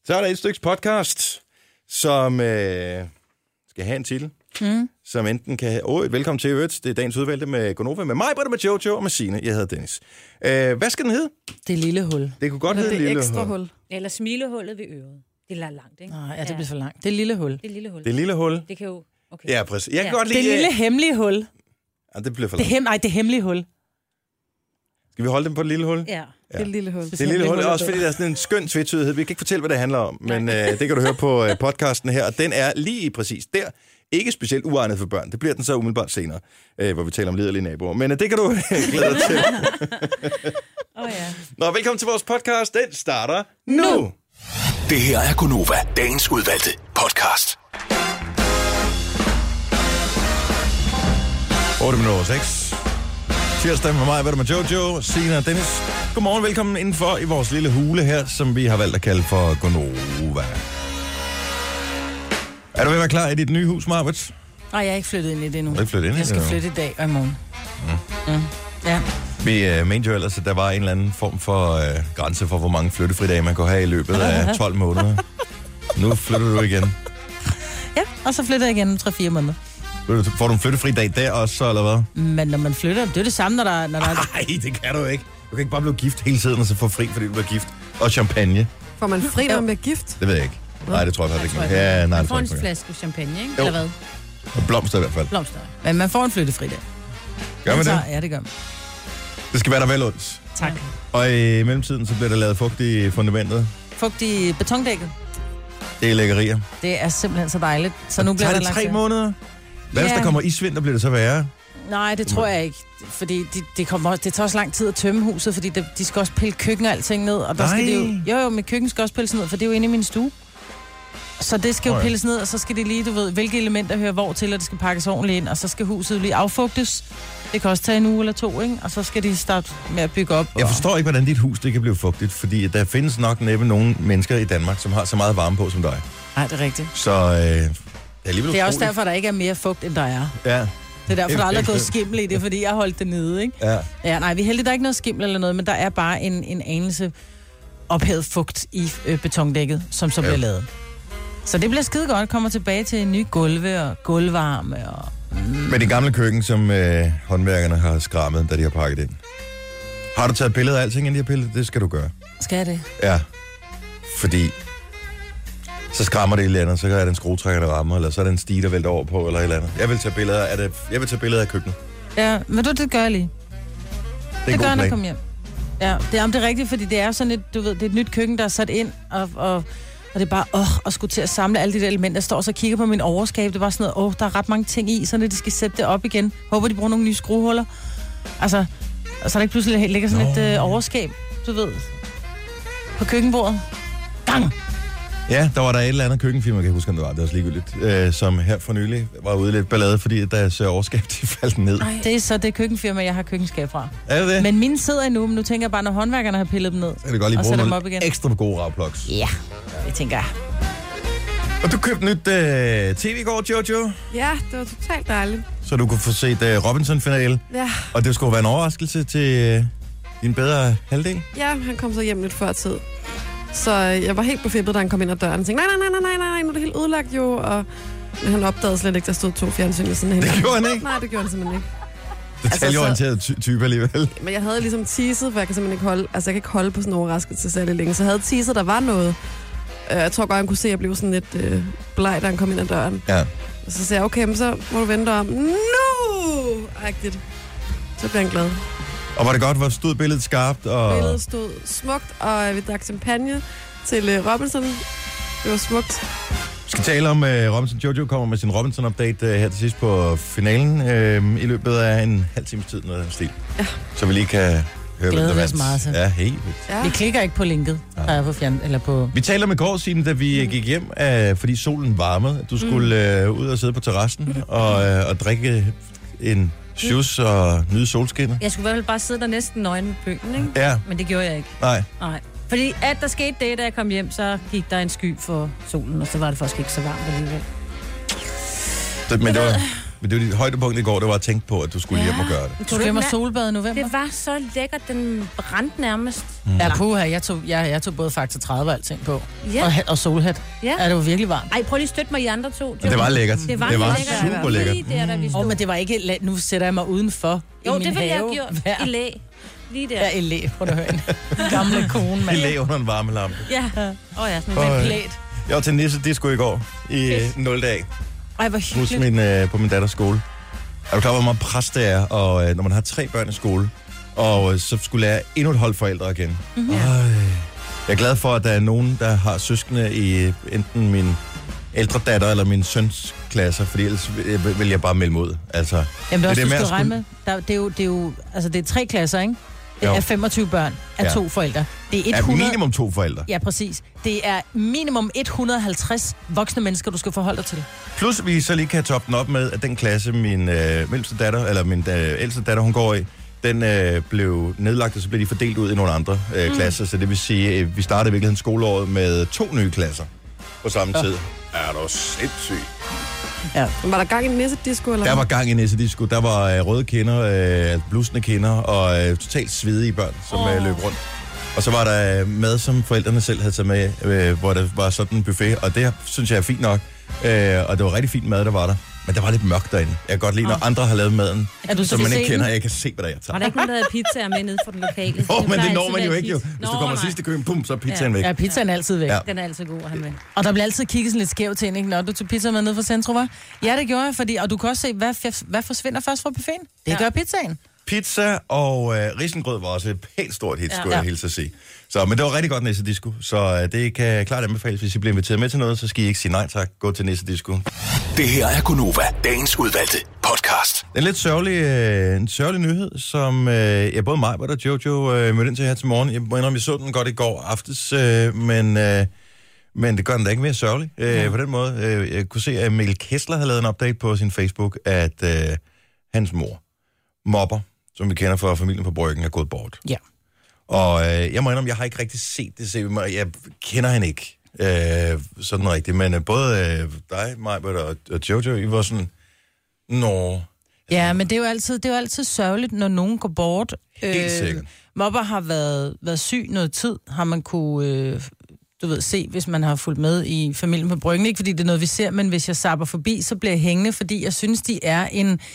Så er der et stykke podcast, som skal have en titel, som enten kan have... velkommen til øvrigt. Det er dagens udvalgte med Gonova, med mig, med Jojo og med Signe. Jeg hedder Dennis. Hvad skal den hedde? Det lille hul. Det kunne godt hedde det lille ekstra hul. Eller smilehullet ved øret. Det er langt, ikke? Nej, det bliver for langt. Det er lille hul. Det lille hul. Det lille hul. Det kan jo... Okay. Ja, præcis. Jeg kan godt lide... Det lille hemmelige hul. Ja, det bliver for langt. Det hemmelige hul. Skal vi holde dem på det lille hul? Ja. Det lille hul. Det lille hul er også, fordi der er sådan en skøn tvetydighed. Vi kan ikke fortælle, hvad det handler om, men det kan du høre på podcasten her. Og den er lige præcis der. Ikke specielt uegnet for børn. Det bliver den så umiddelbart senere, hvor vi taler om liderlige naboer. Men det kan du glæde dig til. Nå, velkommen til vores podcast. Den starter nu. Det her er Gonova, dagens udvalgte podcast. 8:06. Tirsdag med mig, med Jojo, Signe og Dennis. Godmorgen, velkommen indenfor i vores lille hule her, som vi har valgt at kalde for Gonova. Er du ved at være klar i dit nye hus, Marbet? Nej, jeg er ikke flyttet ind i det endnu. Du er ikke flyttet ind i jeg skal flytte i dag og i morgen. Ja. Vi mente jo ellers, at der var en eller anden form for grænse for, hvor mange flyttefridage man kunne have i løbet af 12 måneder. Nu flytter du igen. Ja, og så flytter jeg igen om 3-4 måneder. Får du en flyttefri dag der også, eller hvad? Men når man flytter, det er det samme, når der Nej, det kan du ikke. Du kan ikke bare blive gift hele tiden, og så få fri, fordi du bliver gift. Og champagne. Får man fri, når man bliver gift? Det ved jeg ikke. Nej, det tror jeg faktisk ikke. Ja, nej, man får en flaske champagne, ikke? Jo. Eller hvad? Og blomster i hvert fald. Blomster. Men man får en flyttefri dag. Gør man det? Ja, det gør man. Det skal være der vel ondt. Tak. Og i mellemtiden, så bliver der lavet fugt i fundamentet. Fugt i betondækket. Det er lækkerier. Det er simpelthen så dejligt. Så nu bliver tager der det 3 måneder? Hvad hvis der kommer isvinter, bliver det så værre? Nej, det tror jeg ikke. Fordi det tager også lang tid at tømme huset, fordi de skal også pille køkken og alting ned. Og der skal det jo, mit køkken skal også pilles ned, for det er jo inde i min stue. Så det skal jo pilles ned, og så skal det lige, du ved, hvilke elementer hører hvor til, og det skal pakkes ordentligt ind, og så skal huset lige affugtes. Det kan også tage en uge eller 2, ikke? Og så skal de starte med at bygge op. Jeg forstår ikke, hvordan dit hus det kan blive fugtigt, fordi der findes nok næppe nogen mennesker i Danmark, som har så meget varme på som dig. Nej, det er rigtigt. Så det er også derfor, der ikke er mere fugt, end der er. Ja. Det er derfor, der aldrig er gået skimmel i det, fordi jeg har holdt det nede, ikke? Ja, nej, vi er heldige, der er ikke noget skimmel eller noget, men der er bare en anelse ophævet fugt i betondækket, som så bliver lavet. Så det bliver skide godt. Kommer tilbage til nye gulve og gulvvarme og... Med det gamle køkken, som håndværkerne har skrammet, da de har pakket ind. Har du taget billeder af alting, inden de har pillet? Det skal du gøre. Skal jeg det? Ja. Fordi så skrammer det i et eller andet, så er det en skruetrækker, der rammer, eller så er det en stige, der vælter over på, eller et eller andet. Jeg vil tage billeder af køkkenet. Ja, men det gør jeg lige. Det gør jeg, når jeg kommer hjem. Ja, det er rigtigt, fordi det er sådan et, du ved, det er et nyt køkken, der er sat ind, og det er bare, at skulle til at samle alle de der elementer. Jeg står så og kigger på min overskab. Det var sådan noget, der er ret mange ting i, så når de skal sætte det op igen. Håber, de bruger nogle nye skruehuller. Altså, og så er der ikke pludselig ligger sådan et overskab, du ved, på køkkenbordet. Gang! Ja, der var der et eller andet køkkenfirma, jeg kan huske, om det var også ligegyldigt, som her for nylig var ude lidt ballade, fordi deres overskab, de faldt ned. Ej, det er så det køkkenfirma, jeg har køkkenskab fra. Er det? Men mine sidder endnu, men nu tænker jeg bare, når håndværkerne har pillet dem ned. Så kan det godt lige bruge nogle ekstra gode ravplugs. Ja, det tænker jeg. Og du købte nyt tv i går, Jojo? Ja, det var totalt dejligt. Så du kunne få set Robinson-finale. Ja. Og det skulle være en overraskelse til din bedre halvdel? Ja, han kom så hjem lidt før tid. Så jeg var helt på fippet, da han kom ind ad døren og tænkte, nej, nu er det helt ødelagt jo. Og han opdagede slet ikke, der stod 2 fjernsyn ved siden af hinanden. Det gjorde han ikke? Nej, det gjorde han simpelthen ikke. Detaljeorienteret type alligevel. Men jeg havde ligesom teaset, for jeg kan simpelthen ikke holde, jeg kan ikke holde på sådan en overraskelse særlig længe. Så jeg havde teaset, der var noget. Jeg tror godt, han kunne se, at jeg blev sådan lidt bleg, da han kom ind ad døren. Ja. Og så sagde jeg, okay, men så må du vente om. Agtigt. Så blev han glad. Og var det godt? Hvor stod billedet skarpt? Og... Billedet stod smukt, og vi drak champagne til Robinson. Det var smukt. Vi skal tale om Robinson. Jojo kommer med sin Robinson-update her til sidst på finalen i løbet af en halv times tid, noget af den stil. Ja. Så vi lige kan høre, glæder hvad der os meget til. Ja, helt vildt. Ja. Vi klikker ikke på linket, der er på eller på... Vi talte om i går, Signe, da vi gik hjem, fordi solen varmede. Du skulle ud og sidde på terrassen og drikke en shoes og nyde solskinnet. Jeg skulle i hvert fald bare sidde der næsten nøgen med bøgen, ikke? Ja. Men det gjorde jeg ikke. Nej. Fordi at der skete det, da jeg kom hjem, så gik der en sky for solen, og så var det faktisk ikke så varmt alligevel. Men Men det var dit højdepunkt i går, det var at tænke på, at du skulle hjem og gøre det. Du skal solbade i november. Det var så lækkert, den brændte nærmest. Ja, puha, jeg tog både Faktor 30 og alting på. Ja. Og solhat. Ja. Ja, det var virkelig varmt. Ej, prøv lige at støtte mig, I andre to. Det var lækkert. Det var super lækkert. Lige der, vi stod. Men det var ikke... Nu sætter jeg mig udenfor i Jo, min det ville jeg have. have gjort. I læ. Lige der. Ja, i læ. Prøv at høre en gamle kone, Vi mand. læg under en varmelampe. Ja. Ja, sådan Med en en plæt. Jeg var til Nisse Disco i går i 0 dag. Ej, hvor Hos hyggeligt. på min datters skole. Er du klar, hvor meget pres det er, og når man har 3 børn i skole, og så skulle lære endnu et hold forældre igen. Mm-hmm. Jeg er glad for, at der er nogen, der har søskende i enten min ældre datter eller min søns klasser, fordi ellers vil jeg bare melde mod. Altså, Jamen, det er også, det du med skal at regne med. Det er jo, altså det er 3 klasser, ikke? Det Jo. er 25 børn af 2 forældre. Det er 100... Er minimum 2 forældre. Ja, præcis. Det er minimum 150 voksne mennesker, du skal forholde dig til. Plus vi så lige kan toppe den op med, at den klasse, min ældste datter, hun går i, den blev nedlagt, og så blev de fordelt ud i nogle andre klasser. Så det vil sige, at vi startede i virkeligheden skoleåret med 2 nye klasser på samme tid. Er du sindssygt? Ja. Var der gang i en nissedisco, eller Der var gang i Nissedisco. Der var røde kinder, blusende kinder og totalt svedige børn, som løb rundt. Og så var der mad, som forældrene selv havde taget med, hvor der var sådan en buffet, og det synes jeg er fint nok. Og det var rigtig fint mad, der var der. Men der var lidt mørkt derinde. Jeg kan godt lide, når andre har lavet maden, som man ikke kender. Jeg kan se, hvad der er, jeg tager. Var der ikke nogen, der havde pizzaer med nede for den lokale? Men det når man jo ikke jo. Hvis du kommer sidst i køen, pum, så er pizzaen væk. Ja, pizzaen er altid væk. Ja. Den er altid god at have med. Og der bliver altid kigget sådan lidt skævt til, ikke? Når du tog pizza med ned fra centrum, var? Ja, det gjorde jeg, fordi... Og du kan også se, hvad forsvinder først fra buffeten? Det gør pizzaen. Pizza og risengrød var også et pænt stort hit, skulle jeg hilse at sige. Så, men det var rigtig godt Nissedisco, så det kan klart anbefales. Hvis I bliver inviteret med til noget, så skal I ikke sige nej tak. Gå til Nissedisco. Det her er Gonova, dagens udvalgte podcast. Det er en lidt sørgelig nyhed, som både mig og Jojo mødte ind til her til morgen. Jeg må indrømme, jeg så den godt i går aftes, men det gør den da ikke mere sørgelig på den måde. Jeg kunne se, at Mikkel Kessler havde lavet en update på sin Facebook, at hans mor, Mopper, som vi kender fra Familien på Bryggen, er gået bort. Ja. Og jeg må indrømme, jeg har ikke rigtig set det. Jeg kender hende ikke sådan rigtigt, men både dig, Majbert og Jojo, I var sådan, nå... Ja, men det er jo altid sørgeligt, når nogen går bort. Helt sikkert. Mopper har været syg noget tid, har man kunne se, hvis man har fulgt med i Familien på Bryggen. Ikke fordi det er noget, vi ser, men hvis jeg zapper forbi, så bliver jeg hængende, fordi jeg synes, de er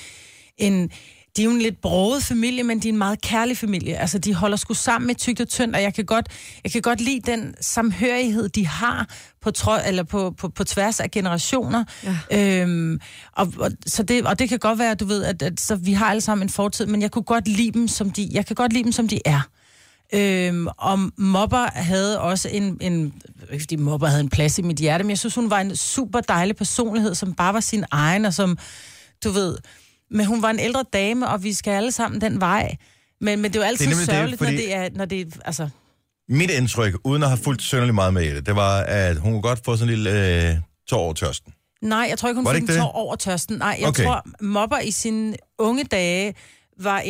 de er jo en lidt broget familie, men de er en meget kærlig familie. Altså, de holder sgu sammen med tykt og tyndt, og jeg kan godt lide den samhørighed, de har på tværs af generationer. Ja. Og det kan godt være, du ved, at så vi har alle sammen en fortid, men jeg kan godt lide dem, som de er. Og Mopper havde også ikke fordi Mopper havde en plads i mit hjerte, men jeg synes, hun var en super dejlig personlighed, som bare var sin egen, og som, du ved... Men hun var en ældre dame, og vi skal alle sammen den vej. Men det er jo altid sørgeligt, når det er... Altså... Mit indtryk, uden at have fulgt sønderlig meget med i det var, at hun kunne godt få sådan en lille tår over tørsten. Nej, jeg tror ikke, hun fik en tår over tørsten. Nej, jeg tror, Mopper i sine unge dage var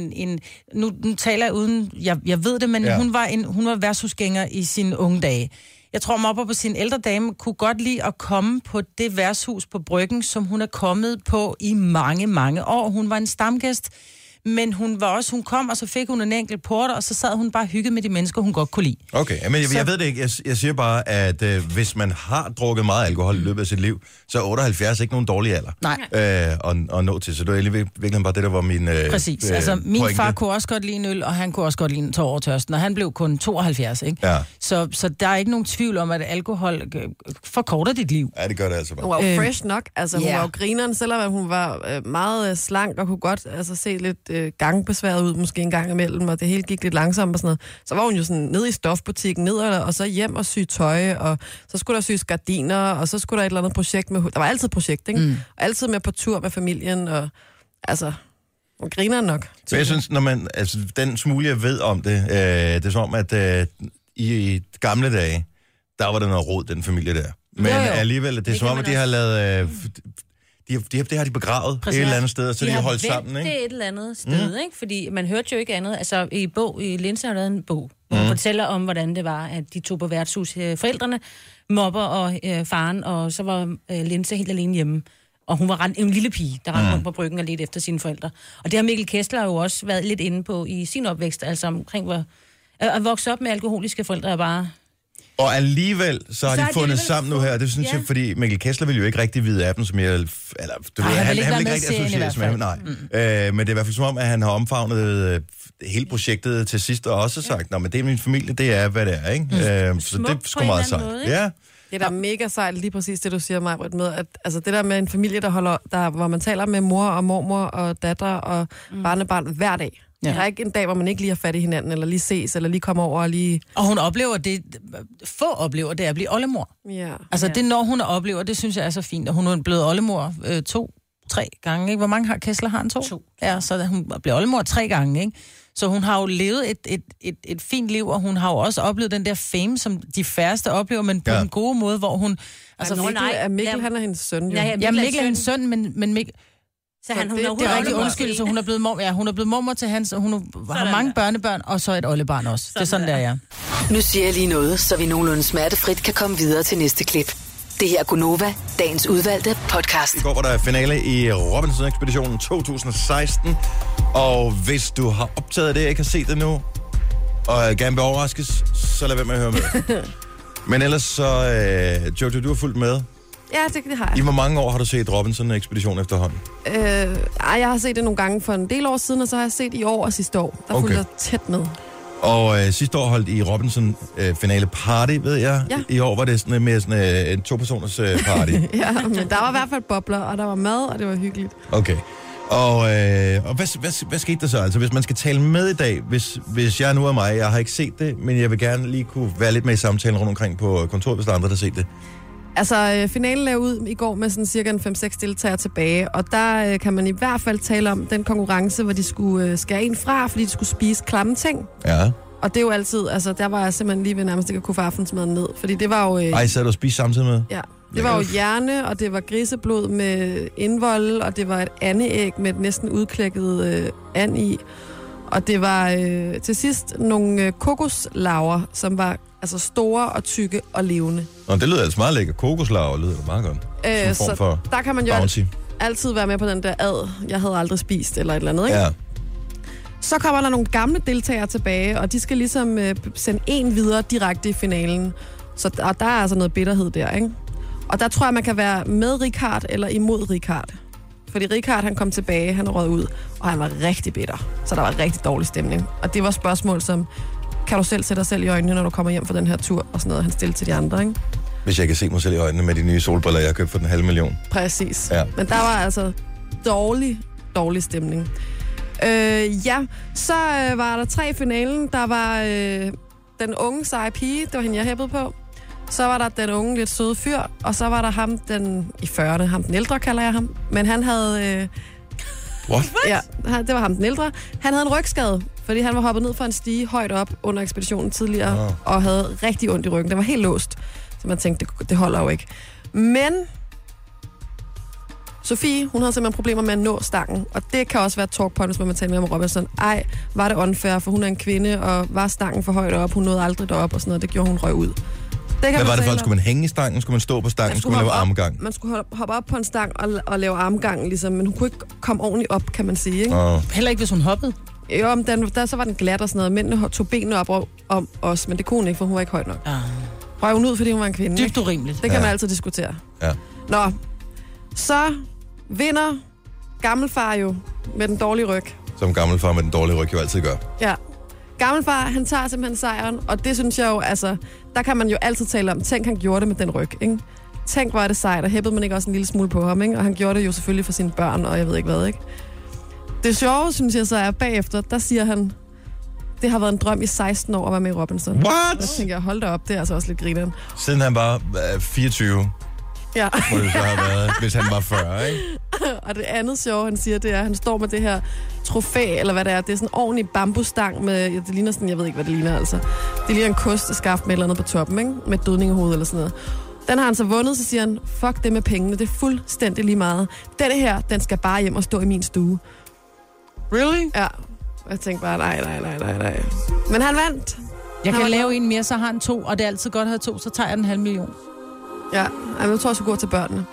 nu taler jeg uden... Jeg ved det, men hun var værtshusgænger i sine unge dage. Jeg tror, Mopper på sin ældre dame kunne godt lide at komme på det værtshus på Bryggen, som hun er kommet på i mange, mange år. Hun var en stamgæst, men hun kom, og så fik hun en enkelt porter, og så sad hun bare hygget med de mennesker, hun godt kunne lide. Okay, men jeg ved det ikke. Jeg siger bare, at hvis man har drukket meget alkohol i løbet af sit liv, så er 78 ikke nogen dårlig alder. Nej. At nå til. Så det er virkelig bare det, der var min præcis. Min far kunne også godt lide en øl, og han kunne også godt lide en tår over tørsten, og han blev kun 72, ikke? Ja. Så der er ikke nogen tvivl om, at alkohol forkorter dit liv. Ja, det gør det altså bare. Hun var jo fresh nok. Altså, hun var jo grineren, selvom hun var meget slank og kunne godt se lidt gangbesværet ud, måske en gang imellem, og det hele gik lidt langsomt og sådan noget. Så var hun jo sådan ned i stofbutikken, og så hjem og sy tøj, og så skulle der sys gardiner, og så skulle der et eller andet projekt med... Der var altid et projekt, ikke? Mm. Og altid med på tur med familien, og altså... Hun griner nok. Men jeg synes, når man... Altså, den smule, jeg ved om det, det er som om, at i gamle dage, der var der noget rod, den familie der. Men alligevel, det er som om, at de har lavet... Det har de begravet et eller andet sted, og så de har holdt sammen, ikke? Det er et eller andet sted, ikke? Fordi man hørte jo ikke andet. Altså, i Linse har der en bog, hvor hun fortæller om, hvordan det var, at de tog på værtshus, forældrene, Mopper og faren, og så var Linse helt alene hjemme. Og hun var en lille pige, der rendte rundt på bryggen og ledte efter sine forældre. Og det har Mikkel Kessler jo også været lidt inde på i sin opvækst, altså omkring at vokse op med alkoholiske forældre er bare... Og alligevel, så har de fundet sammen nu her. Det synes jeg, fordi Mikkel Kessler ville jo ikke rigtig vide af dem, som jeg... Eller, du ved, han vil ikke rigtig associeres med ham. Nej. Men det er i hvert fald som om, at han har omfavnet hele projektet til sidst, og også sagt, men det er min familie, det er, hvad det er, ikke? Så det er sgu meget sejt. Ja. Det er da mega sejt, lige præcis det, du siger, Maj-Brit, med, at altså, det der med en familie, hvor man taler med mor og mormor og datter og barnebarn hver dag. Ja. Der er ikke en dag, hvor man ikke lige har fat i hinanden, eller lige ses, eller lige kommer over og lige... Og hun oplever det, få oplever det at blive oldemor. Ja. Altså det, når hun oplever, det synes jeg er så fint, og hun er blevet oldemor 2-3 gange, ikke? Hvor mange har Kessler? Har han 2? 2. Ja, så hun blev oldemor 3 gange, ikke? Så hun har jo levet et fint liv, og hun har jo også oplevet den der fame, som de færreste oplever, men på en god måde, hvor hun... Altså, Mikkel, han er hendes søn, jo. Ja, Mikkel er hendes søn, men Mikkel... Så han, det er rigtig undskyld, så hun er blevet mor, hun er blevet mormor til hans, og hun har mange børnebørn, og så et oldebarn også. Det er sådan, der er. Nu siger jeg lige noget, så vi nogenlunde smertefrit kan komme videre til næste klip. Det her er Gunova, dagens udvalgte podcast. I går var der finale i Robinson-ekspeditionen 2016, og hvis du har optaget det, ikke har set det nu, og gerne vil overraskes, så lad være med at høre med. Men ellers så, Jojo, du har fulgt med. Ja, det har jeg. I hvor mange år har du set Robinson-ekspedition efterhånden? Jeg har set det nogle gange for en del år siden, og så har jeg set i år og sidste år. Der fulgte jeg tæt med. Og sidste år holdt I Robinson finale party, ved jeg. Ja. I år var det sådan mere sådan en 2-personers party. Ja, men der var i hvert fald bobler, og der var mad, og det var hyggeligt. Okay. Og hvad skete der så? Altså, hvis man skal tale med i dag, hvis jeg nu er mig, jeg har ikke set det, men jeg vil gerne lige kunne være lidt med i samtalen rundt omkring på kontoret, hvis der er andre, der har set det. Altså, finalen lavede ud i går med sådan cirka 5-6 deltagere tilbage, og der kan man i hvert fald tale om den konkurrence, hvor de skulle skære en fra, fordi de skulle spise klamme ting. Ja. Og det er jo altid, altså der var jeg simpelthen lige ved nærmest ikke at kunne få aftensmaden ned, fordi det var jo... Ej, så du og spise samtidig med? Ja, det var jo hjerne, og det var griseblod med indvold, og det var et andeæg med et næsten udklækket and i. Og det var til sidst nogle kokoslaver, som var altså store og tykke og levende. Nå, det lyder altså meget lækkert. Kokoslaver lyder det meget godt. Som form for der kan man jo altid være med på den der jeg havde aldrig spist, eller et eller andet, ikke? Ja. Så kommer der nogle gamle deltagere tilbage, og de skal ligesom sende en videre direkte i finalen. Så der er altså noget bitterhed der, ikke? Og der tror jeg, man kan være med Richard eller imod Richard. Fordi Richard, han kom tilbage, han rød ud, og han var rigtig bitter. Så der var rigtig dårlig stemning. Og det var spørgsmål som, kan du selv sætte dig selv i øjnene, når du kommer hjem fra den her tur, og sådan noget, han stillede til de andre, ikke? Hvis jeg kan se mig selv i øjnene med de nye solbriller, jeg har købt for den 500.000. Præcis. Ja. Men der var altså dårlig stemning. Så var der 3 i finalen. Der var den unge seje pige, det var hende, jeg hæppede på. Så var der den unge, lidt søde fyr, og så var der ham, den i 40'erne, ham den ældre, kalder jeg ham. Men han havde... What? Ja, det var ham den ældre. Han havde en rygskade, fordi han var hoppet ned fra en stige højt op under ekspeditionen tidligere, og havde rigtig ondt i ryggen. Den var helt låst, så man tænkte, det holder jo ikke. Men Sofie, hun havde simpelthen problemer med at nå stangen, og det kan også være et talkpoint, hvis man taler med om Robinson. Ej, var det unfair, for hun er en kvinde, og var stangen for højt op, hun nåede aldrig derop, og sådan noget. Det gjorde hun røg ud. Hvad var det for? Skulle man hænge i stangen? Skulle man stå på stangen? Skulle man lave armgang? Man skulle hoppe op på en stang og lave armgang, ligesom, men hun kunne ikke komme ordentligt op, kan man sige. Ikke? Heller ikke, hvis hun hoppede? Jo, men så var den glat og sådan noget. Mændene tog benene op om os, men det kunne hun ikke, for hun var ikke højt nok. Røg hun ud, fordi hun var en kvinde. Dybt urimeligt. Det kan man altid diskutere. Ja. Nå, så vinder gammelfar jo med den dårlige ryg. Som gammelfar med den dårlige ryg jo altid gør. Ja. Gammelfar, han tager simpelthen sejren, og det synes jeg jo, altså, der kan man jo altid tale om, tænk, han gjorde det med den ryg, ikke? Tænk, hvor er det sejt, og hæppede man ikke også en lille smule på ham, ikke? Og han gjorde det jo selvfølgelig for sine børn, og jeg ved ikke hvad, ikke? Det sjove, synes jeg så er, bagefter, der siger han, det har været en drøm i 16 år at være med i Robinson. What? Der tænker jeg, hold da op, det er altså også lidt grineren. Siden han var 24. Ja. Må det så have været, hvis han var 40, ikke? Og det andet sjove, han siger, det er, at han står med det her trofæ, eller hvad det er. Det er sådan en ordentlig bambusstang med, ja, det ligner sådan, jeg ved ikke, hvad det ligner, altså. Det ligner en kosteskaft med et eller andet på toppen, ikke? Med et dødningehoved eller sådan noget. Den har han så vundet, så siger han, fuck det med pengene, det er fuldstændig lige meget. Denne her, den skal bare hjem og stå i min stue. Really? Ja. Og jeg tænkte bare, nej. Men han vandt. Jeg kan lave en mere, så har han 2, og det er altid godt at have 2, så tager jeg den 500.000. Ja, jeg tror også, at gå til børnene.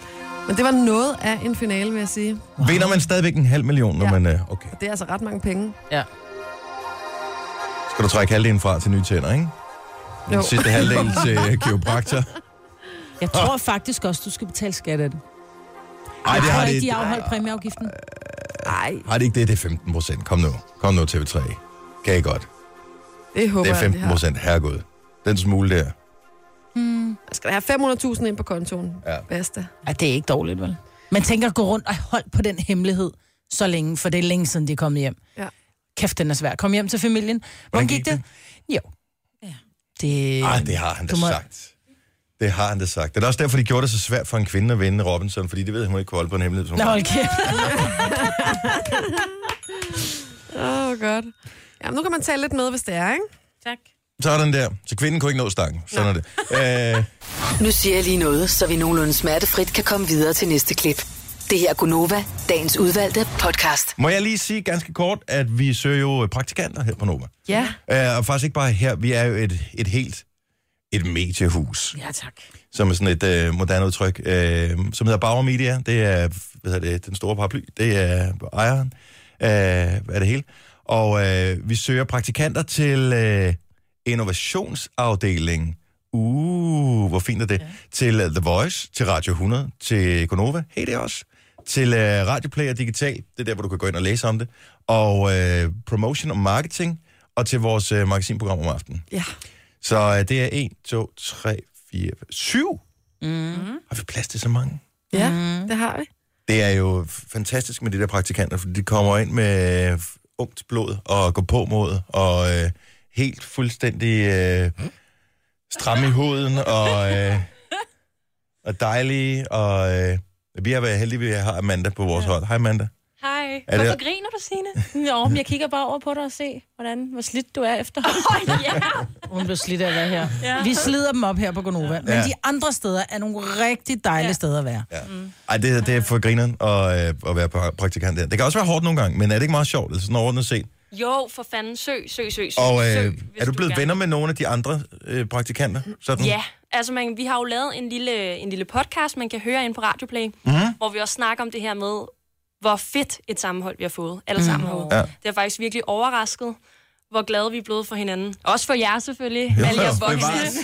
Men det var noget af en finale, vil jeg sige. Vinder man stadigvæk 500.000, når man... Okay. Det er altså ret mange penge. Ja. Skal du trække halvdelen fra til nye tænder, ikke? Den sidste halvdel til kiropraktor. Jeg tror faktisk også, du skal betale skat af det. Ej, det har det. De afholdt præmieafgiften. Nej. Har det ikke det? Det er 15%. Kom nu, TV3. Kan I godt? Det håber jeg, det er 15%. Herregud. Den smule der. Skal der have 500.000 ind på kontoen? Ja. Basta. Ja, det er ikke dårligt, vel? Man tænker at gå rundt og holde på den hemmelighed så længe, for det er længe siden, de er kommet hjem. Ja. Kæft, den er svær. Kom hjem til familien. Hvordan gik det? Jo. Ja. Det har han da sagt. Det har han da sagt. Det er også derfor, de gjorde det så svært for en kvinde at vinde Robinson, fordi de ved, at hun ikke kunne holde på en hemmelighed. Nå, okay. Godt. Jamen, nu kan man tale lidt med, hvis det er, ikke? Tak. Sådan der. Så kvinden kunne ikke nå stangen. Sådan er det. Nu siger jeg lige noget, så vi nogenlunde smertefrit kan komme videre til næste klip. Det her er Gunova, dagens udvalgte podcast. Må jeg lige sige ganske kort, at vi søger jo praktikanter her på Nova. Ja. Og faktisk ikke bare her. Vi er jo et mediehus. Ja, tak. Som er sådan et moderne udtryk, som hedder Bauer Media. Det er den store paraply. Det er ejeren af det hele. Og vi søger praktikanter til innovationsafdelingen. Hvor fint er det? Ja. Til The Voice, til Radio 100, til Gonova. Hey, det er også. Til Radioplay og Digital. Det er der, hvor du kan gå ind og læse om det. Og promotion og marketing. Og til vores magasinprogram om aftenen. Ja. Så det er 1, 2, 3, 4, 7. Har vi plads til så mange? Ja, det har vi. Det er jo fantastisk med de der praktikanter, for de kommer ind med ungt blod og går på mod, og helt fuldstændig stram i huden, og dejlige, og vi har været heldige, at vi har Amanda på vores hold. Hej Amanda. Hej. Hvorfor griner du, Signe? Jo, men jeg kigger bare over på dig og se, hvor slidt du er efter. Ja. Hun bliver slidt af at være her. Ja. Vi slider dem op her på Gonova, men de andre steder er nogle rigtig dejlige steder at være. Ja. Ej, det er for grineren at være praktikant der. Det kan også være hårdt nogle gange, men er det ikke meget sjovt? Altså sådan overordnet set. Jo, for fanden. Søg. Og er du blevet venner med nogle af de andre praktikanter? Sådan? Ja, altså vi har jo lavet en lille podcast, man kan høre ind på Radioplay, hvor vi også snakker om det her med, hvor fedt et sammenhold vi har fået, alle sammen herude. Ja. Det er faktisk virkelig overrasket, hvor glade vi er blevet for hinanden. Også for jer selvfølgelig, alle jeres voksne.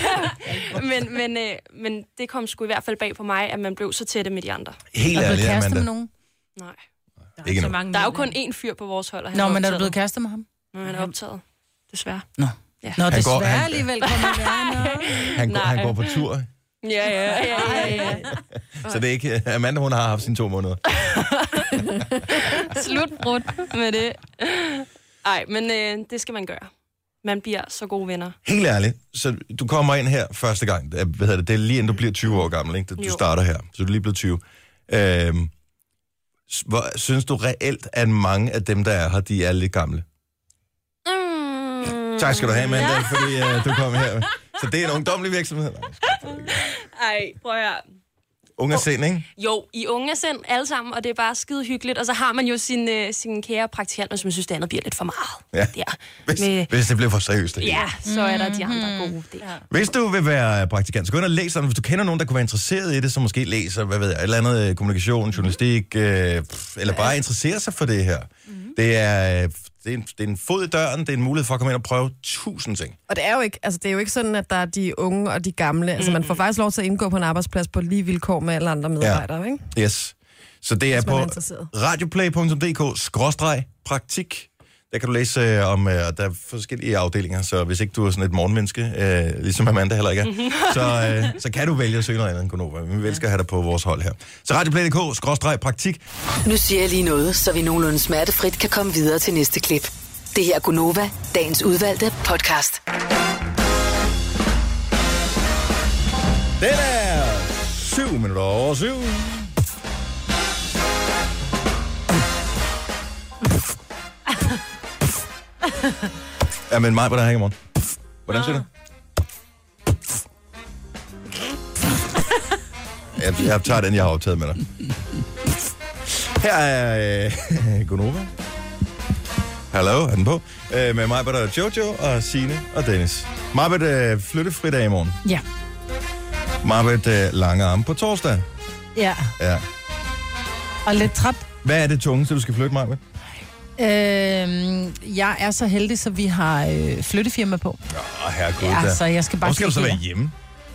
men det kom sgu i hvert fald bag på mig, at man blev så tætte med de andre. Helt ærligt, Amanda. Er du blevet kæreste med nogen? Nej. Ikke der er jo kun én fyr på vores hold. Nå, men er du blevet kæreste med ham? Nå, han er optaget. Desværre. Nå. Ja. Nå, desværre alligevel kommer han går på tur. Ja. Så det er ikke... Amanda, hun har haft sine 2 måneder. Slutbrudt med det. Ej, men det skal man gøre. Man bliver så gode venner. Helt ærligt. Så du kommer ind her første gang. Det er lige inden du bliver 20 år gammel, ikke? Du starter her. Så du er lige blevet 20. Synes du reelt, at mange af dem, der er her, de er lidt gamle? Tak skal du have, Amanda, fordi du kom her. Så det er en ungdomlig virksomhed. Ej, prøv at høre. Unge sind, ikke? Jo, i unge sind alle sammen, og det er bare skide hyggeligt. Og så har man jo sin kære praktikanter, som synes, det andet bliver lidt for meget. Ja, hvis det bliver for seriøst. Det. Ja, så er der de andre gode. Hvis du vil være praktikant, så gå ind og læs sådan. Hvis du kender nogen, der kunne være interesseret i det, så måske læser, et eller andet kommunikation, journalistik, eller bare interessere sig for det her. Det er en fod i døren, det er en mulighed for at komme ind og prøve 1000 ting. Og det er jo ikke sådan, at der er de unge og de gamle. Altså, man får faktisk lov til at indgå på en arbejdsplads på lige vilkår med alle andre medarbejdere, ikke? Yes. Så det er på radioplay.dk/praktik. Der kan du læse om, der er forskellige afdelinger, så hvis ikke du er sådan et morgenmenneske, ligesom Amanda heller ikke er, så kan du vælge at søge noget andet end Gonova. Vi elsker at have dig på vores hold her. Så radioplay.dk/praktik. Nu siger jeg lige noget, så vi nogenlunde smertefrit kan komme videre til næste klip. Det her er Gonova, dagens udvalgte podcast. Den er 7:07. Ja, men mig på der her i morgen. Hvordan siger du? Jeg tager den, jeg har optaget med dig. Her er Gonova. Hallo, er den på? Med mig på der Jojo og Signe og Dennis. Marbet flyttefrit af i morgen. Ja. Marbet lange arme på torsdag. Ja. Ja. Og lidt træt. Hvad er det tungeste, du skal flytte mig med? Jeg er så heldig, så vi har flyttefirma på. Herregud, ja, så jeg skal bare... Hvor skal du så være hjemme?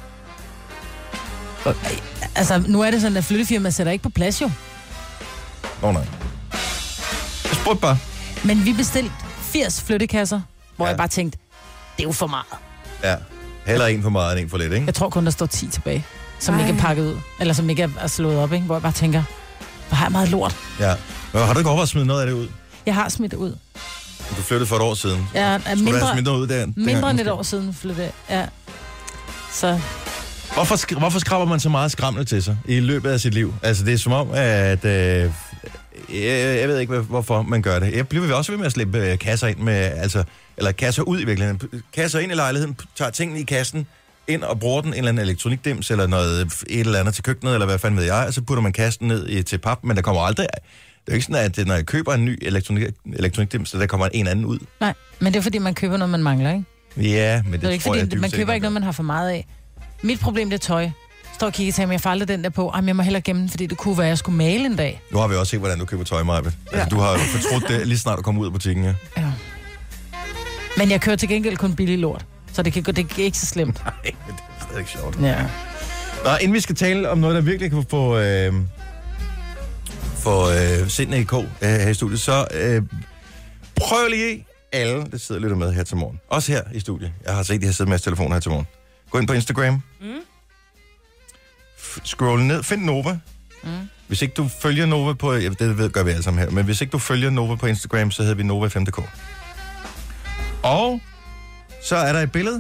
Altså, nu er det sådan, at flyttefirma sætter ikke på plads, jo. Nej. Jeg spurgte bare. Men vi bestilte 80 flyttekasser, hvor jeg bare tænkte, det er jo for meget. Ja. Heller en for meget end en for lidt, ikke? Jeg tror kun, der står 10 tilbage, som ikke er pakket ud. Eller som ikke er slået op, ikke? Hvor jeg bare tænker, hvor har jeg meget lort. Ja. Men har du ikke overvejet at smide noget af det ud? Jeg har smidt det ud. Du flyttede for et år siden. Ja, skulle du have smidt noget ud der? Mindre end et år siden flyttede. Ja. Så... Hvorfor skraber man så meget skrammel til sig i løbet af sit liv? Altså, det er som om, at... jeg ved ikke, hvorfor man gør det. Jeg bliver også ved med at slippe kasser ind med... Altså, eller kasser ud i virkeligheden. Kasser ind i lejligheden, tager tingene i kassen, ind og bruger den en eller anden elektronikdims, eller noget, et eller andet til køkkenet, eller hvad fanden ved jeg, og så putter man kassen ned til pap, men der kommer aldrig... Det er jo ikke sådan, at når jeg køber en ny elektronikdims, så der kommer en anden ud. Nej, men det er fordi, man køber noget, man mangler, ikke? Ja, men det er ikke tror fordi, jeg man køber ikke noget, man har for meget af. Mit problem, det er tøj. Står og kigger til, men jeg får aldrig den der på. Jeg må hellere gemme den, fordi det kunne være, at jeg skulle male en dag. Nu har vi også set, hvordan du køber tøj, Maja. Altså, du har jo fortrudt det lige snart du kommer ud af butikken, ja. Men jeg kører til gengæld kun billig lort. Så det er ikke så slemt. Nej, men det er stadig ikke sjovt. Ja. Nå, inden vi skal tale om noget, der virkelig kan få sindene i kog her i studiet, så prøv lige alle, der sidder og lytter med her til morgen. Også her i studiet. Jeg har set de her siddet med telefoner her til morgen. Gå ind på Instagram. Scroll ned. Find Nova. Hvis ikke du følger Nova på... Ja, det gør vi alle sammen her. Men hvis ikke du følger Nova på Instagram, så hedder vi Nova5.dk. Og så er der et billede.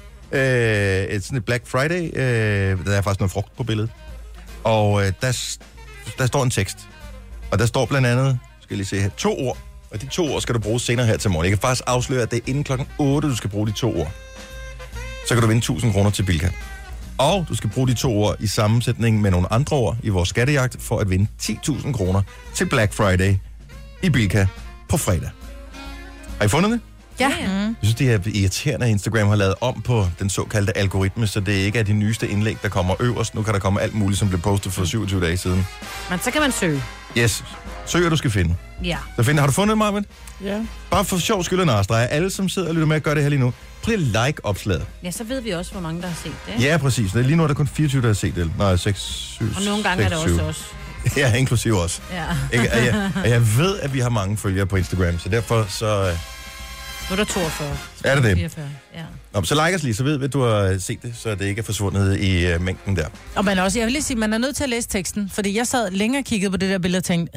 Sådan et Black Friday. Der er faktisk noget frugt på billedet. Og der står en tekst. Og der står blandt andet, skal jeg lige se her, 2 ord. Og de 2 ord skal du bruge senere her til morgen. Jeg kan faktisk afsløre, at det er inden klokken 8, du skal bruge de 2 ord. Så kan du vinde 1.000 kroner til Bilka. Og du skal bruge de 2 ord i sammensætning med nogle andre ord i vores skattejagt for at vinde 10.000 kroner til Black Friday i Bilka på fredag. Har I fundet det? Ja. Jeg synes, det er irriterende, at Instagram har lavet om på den såkaldte algoritme, så det ikke er de nyeste indlæg, der kommer øverst. Nu kan der komme alt muligt, som blev postet for 27 dage siden. Men så kan man søge. Yes. Søg, du skal finde. Ja. Så har du fundet det, Marvind? Ja. Bare for sjov skyld og narstreger. Alle, som sidder og lytter med at gøre det her lige nu, prøv at like opslaget. Ja, så ved vi også, hvor mange der har set det. Ja, præcis. Lige nu er der kun 24, der har set det. Nej, 6, 7, og nogle gange 6, er det også os. Ja, inklusiv os. Ja. Jeg ved, at vi har mange følgere på Instagram, så derfor så... Nu er der 42. Er det det? 44, ja. Nå, så like os lige, så ved vi, at du har set det, så det ikke er forsvundet i mængden der. Og man også, jeg vil lige sige, man er nødt til at læse teksten, fordi jeg sad længere og kiggede på det der billede og tænkte,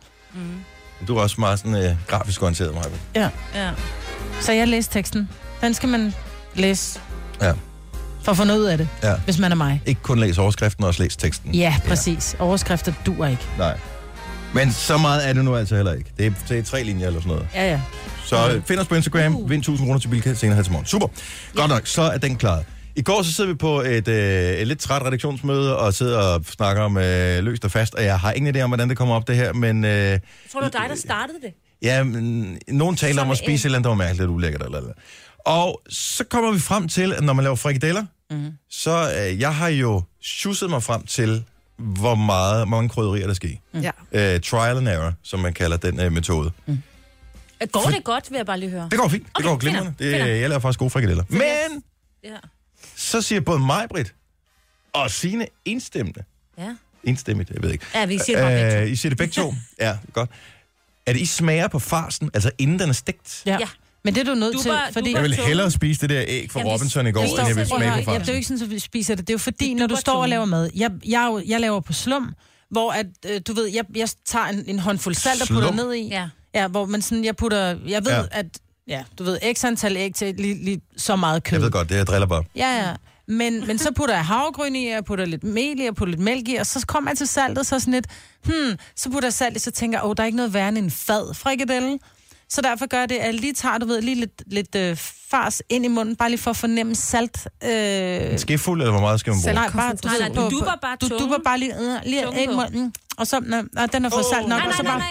Du er også meget sådan grafisk orienteret, Maja. Ja. Så jeg læste teksten. Den skal man læse. Ja. For at få noget ud af det, hvis man er mig. Ikke kun læse overskriften, også læse teksten. Ja, præcis. Ja. Overskrifter duer ikke. Nej. Men så meget er det nu altså heller ikke. Det er 3 linjer eller sådan noget. Ja. Så find os på Instagram, vind 1.000 kroner til Bilka senere her til morgen. Super. Godt nok, så er den klaret. I går så sidder vi på et lidt træt redaktionsmøde og sidder og snakker om løst og fast, og jeg har ingen idé om, hvordan det kommer op det her, men... Jeg tror, det var dig, der startede det. Ja, men nogen taler om at spise et eller andet, der var mærkeligt lidt ulækkert eller. Og så kommer vi frem til, at når man laver frikadeller, så jeg har jo sjusset mig frem til, hvor mange krydderier der skal i. Trial and error, som man kalder den metode. Går det godt, vil jeg bare lige høre? Det går fint. Det går glimrende. Jeg laver faktisk gode frikadeller. Men så siger både mig, Britt, og Signe enstemmende. Ja. Enstemmigt, jeg ved ikke. Ja, vi siger det bare begge to. I siger det begge to? Ja, godt. At I smager på farsen, altså inden den er stegt? Ja. Men det er du nødt til, fordi... Jeg vil hellere spise det der æg fra Robinson i går, end jeg vil smage på farsen. Det er jo ikke sådan, at vi spiser det. Det er jo fordi, når du står og laver mad... Jeg laver på slum, hvor at, du ved, jeg tager en håndfuld salt og putter ned i. Ja, hvor man sådan, jeg ved, at... Ja, du ved, x antal æg til lige så meget kød. Jeg ved godt, det er driller bare. Ja. Men så putter jeg havregryn i, jeg putter lidt mel i, jeg putter lidt mælk i, og så kommer jeg til saltet, så sådan lidt, så putter jeg salt i, så tænker jeg, der er ikke noget værre end en fad frikadelle. Så derfor gør det, at jeg lige tager, du ved, lige lidt fars ind i munden, bare lige for at fornemme salt. En skefuld, eller hvor meget skal man bruge? Nej, bare, du dupper bare lige ind i munden, og så, når den har fået salt nok, og så bare... Nej.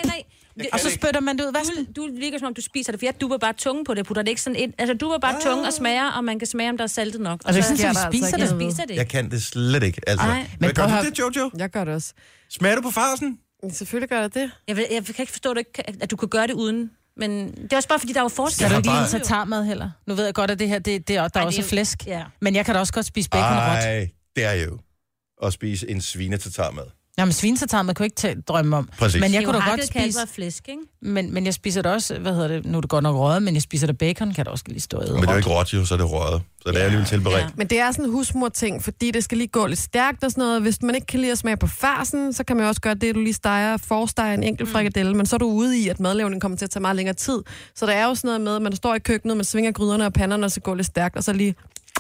Og så spytter man det ud. Hvad? Du virker som om, du spiser det, for jeg dupper bare tungen på det, putter det ikke sådan ind. Altså, du var bare tungen og smager, og man kan smage, om der er saltet nok. Og det er sådan, sker at der vi altså spiser ikke det. Spiser det. Jeg kan det slet ikke. Altså. Nej. Men gør prøv du at det, Jojo? Jeg gør det også. Smager du på farsen? Selvfølgelig gør jeg det. Jeg kan ikke forstå, at du kan gøre det uden. Men det er også bare, fordi der er jo forskel. Kan du har ikke lide bare- en tatarmad heller? Nu ved jeg godt, at det her, der er også flæsk. Ja. Men jeg kan da også godt spise bacon råt. Ej, det er jo at spise en svinetatarmad. Jamen, svinetatarmad kan jeg ikke drømme om. Præcis. Men jeg Det er kunne jo da godt hakket kalv spise... og flæsk, ikke? Men jeg spiser det også, nu er det godt nok røget, men jeg spiser det bacon, kan da også lige stå i. Men det er jo ikke råt, jo, så er det røget. Så det er alligevel tilberedt. Ja. Men det er sådan en husmor-ting, fordi det skal lige gå lidt stærkt og sådan noget. Hvis man ikke kan lide at smage på farsen, så kan man også gøre det, du lige forsteger en enkelt frikadelle, men så er du ude i, at madlavningen kommer til at tage meget længere tid. Så der er jo sådan noget med, at man står i køkkenet, man svinger gryderne og panderne, og så går lidt stærkt, og så lige...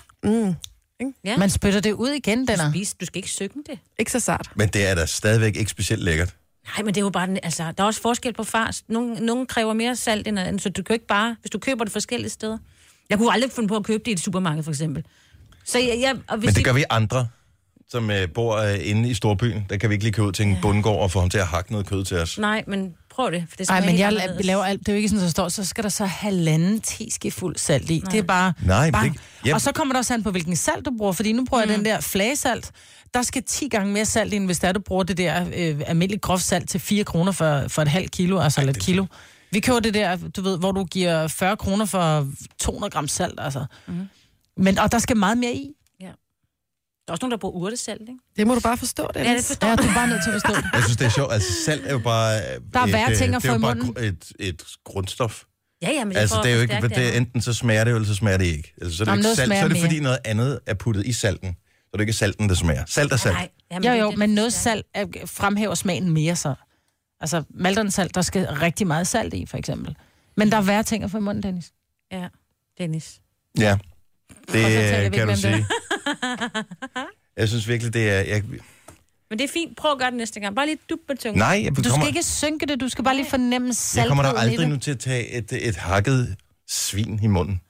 Ja. Man spytter det ud igen, Denner. Du skal ikke synge det. Ikke så sart. Men det er da stadigvæk ikke specielt lækkert. Nej, men det er jo bare... Altså, der er også forskel på fars. Nogle kræver mere salt end andet, så du kan jo ikke bare... Hvis du køber det forskellige steder. Jeg kunne aldrig finde på at købe det i et supermarked, for eksempel. Så og hvis Men det gør vi andre, som bor inde i storbyen. Der kan vi ikke lige købe ud til en bondegård og få ham til at hakke noget kød til os. Nej, men prøv det. For det Nej, men helt jeg anderledes. laver alt. Det er jo ikke sådan, der står, så skal der så 1,5 teskefuld salt i. Nej. Det er bare... Nej, men bare. det, ja, Og så kommer der også an på, hvilken salt du bruger, fordi nu bruger jeg den der flagesalt. Der skal 10 gange mere salt ind, hvis der du bruger det der almindeligt groft salt til 4 kroner for et halvt kilo, altså et kilo. Vi køber det der, du ved, hvor du giver 40 kroner for 200 gram salt, altså. Og der skal meget mere i. Der er også nogen, der bruger urtesalt, ikke? Det må du bare forstå, det. Ja, det forstår Ja, jeg. du er bare nødt til at forstå det. jeg synes, det er sjovt. Altså, salt er jo bare... Der er værre ting at det er få jo i bare munden. et grundstof. Ja, men Altså, det er jo ikke... Det, enten så smager det jo, eller så smager det ikke. Altså, så er det, Jamen, ikke noget salt, så smager er det mere. fordi noget andet er puttet i salten. Så er det ikke salten, der smager. Salt er salt. Jo, men noget salt fremhæver smagen mere så. Altså, maldonsalt, der skal rigtig meget salt i, for eksempel. Men der er værre ting at få i munden, Dennis. Ja, Dennis. Ja, det Og så taler vi kan ikke du mere om sige. Jeg synes virkelig, det er... Men det er fint. Prøv at gøre det næste gang. Bare lige dup med tungen. Nej, jeg Du kommer, skal ikke synke det, du skal bare lige fornemme jeg saltet kommer der i aldrig det. nu til at tage et hakket svin i munden.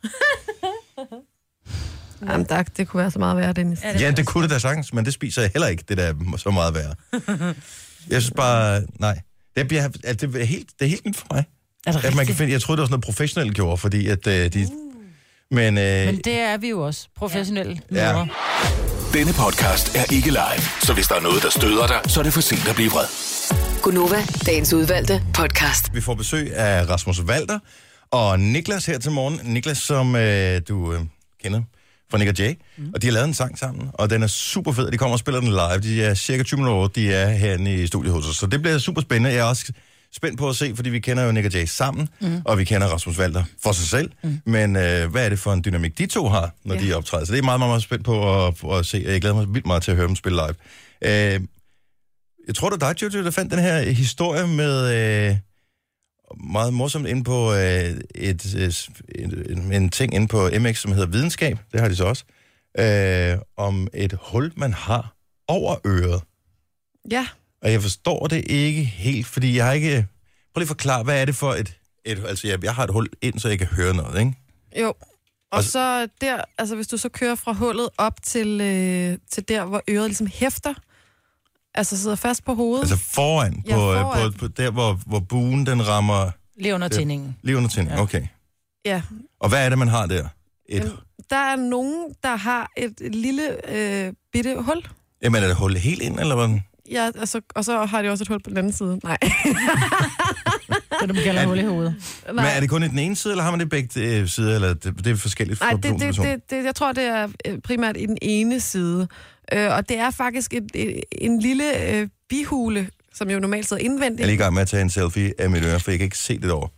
Jamen, det kunne være så meget værre, Dennis. Ja, det kunne det da sagtens, men det spiser jeg heller ikke, det der er så meget værre. Jeg synes bare, nej. Det er helt nyt for mig. Er det At man kan rigtigt? finde, jeg troede, det var sådan noget professionelt gjorde, fordi at de... Men Men det er vi jo også, professionelle Ja. mødre. Denne podcast er ikke live, så hvis der er noget, der støder dig, så er det for sent at blive vred. Gunova, dagens udvalgte podcast. vi får besøg af Rasmus Walter og Niklas her til morgen. Niklas, som du kender fra Nick og Jay. Og de har lavet en sang sammen, og den er super fed. De kommer og spiller den live. De er cirka 20 minutter over, de er herinde i studiet hos os. Så det bliver super spændende. Jeg er også spændt på at se, fordi vi kender jo Nick og Jay sammen, og vi kender Rasmus Walter for sig selv. Men hvad er det for en dynamik, de to har, når de optræder? Så det er meget, meget, meget spændt på at se. Jeg glæder mig vildt meget til at høre dem spille live. Jeg tror, det er dig, Jojo, der fandt den her historie med... meget morsomt inde på en ting inde på MX, som hedder videnskab. Det har de så også. Om et hul, man har over øret. Ja. Og jeg forstår det ikke helt, fordi jeg har ikke... Prøv lige at forklare, hvad er det for et altså, jeg har et hul ind, så jeg kan høre noget, ikke? Jo. Og så der, altså hvis du så kører fra hullet op til der, hvor øret ligesom hæfter, altså sidder fast på hovedet. Altså foran, Ja, foran. på der, hvor buen den rammer... Lige under tændingen. Lige under tændingen, Ja. okay. Ja. Og hvad er det, man har der? Der er nogen, der har et lille bitte hul. Jamen, er det hul helt ind, eller hvad? Ja, altså, og så har de også et hul på den anden side. Nej. Det du kalder hul i hovedet. Men er det kun i den ene side, eller har man det begge sider, eller det er forskelligt fra Nej, person til person? jeg tror, det er primært i den ene side. Og det er faktisk en lille bihule, som jo normalt sidder indvendigt. Jeg er lige i gang med at tage en selfie af mit øre, for jeg kan ikke se det over.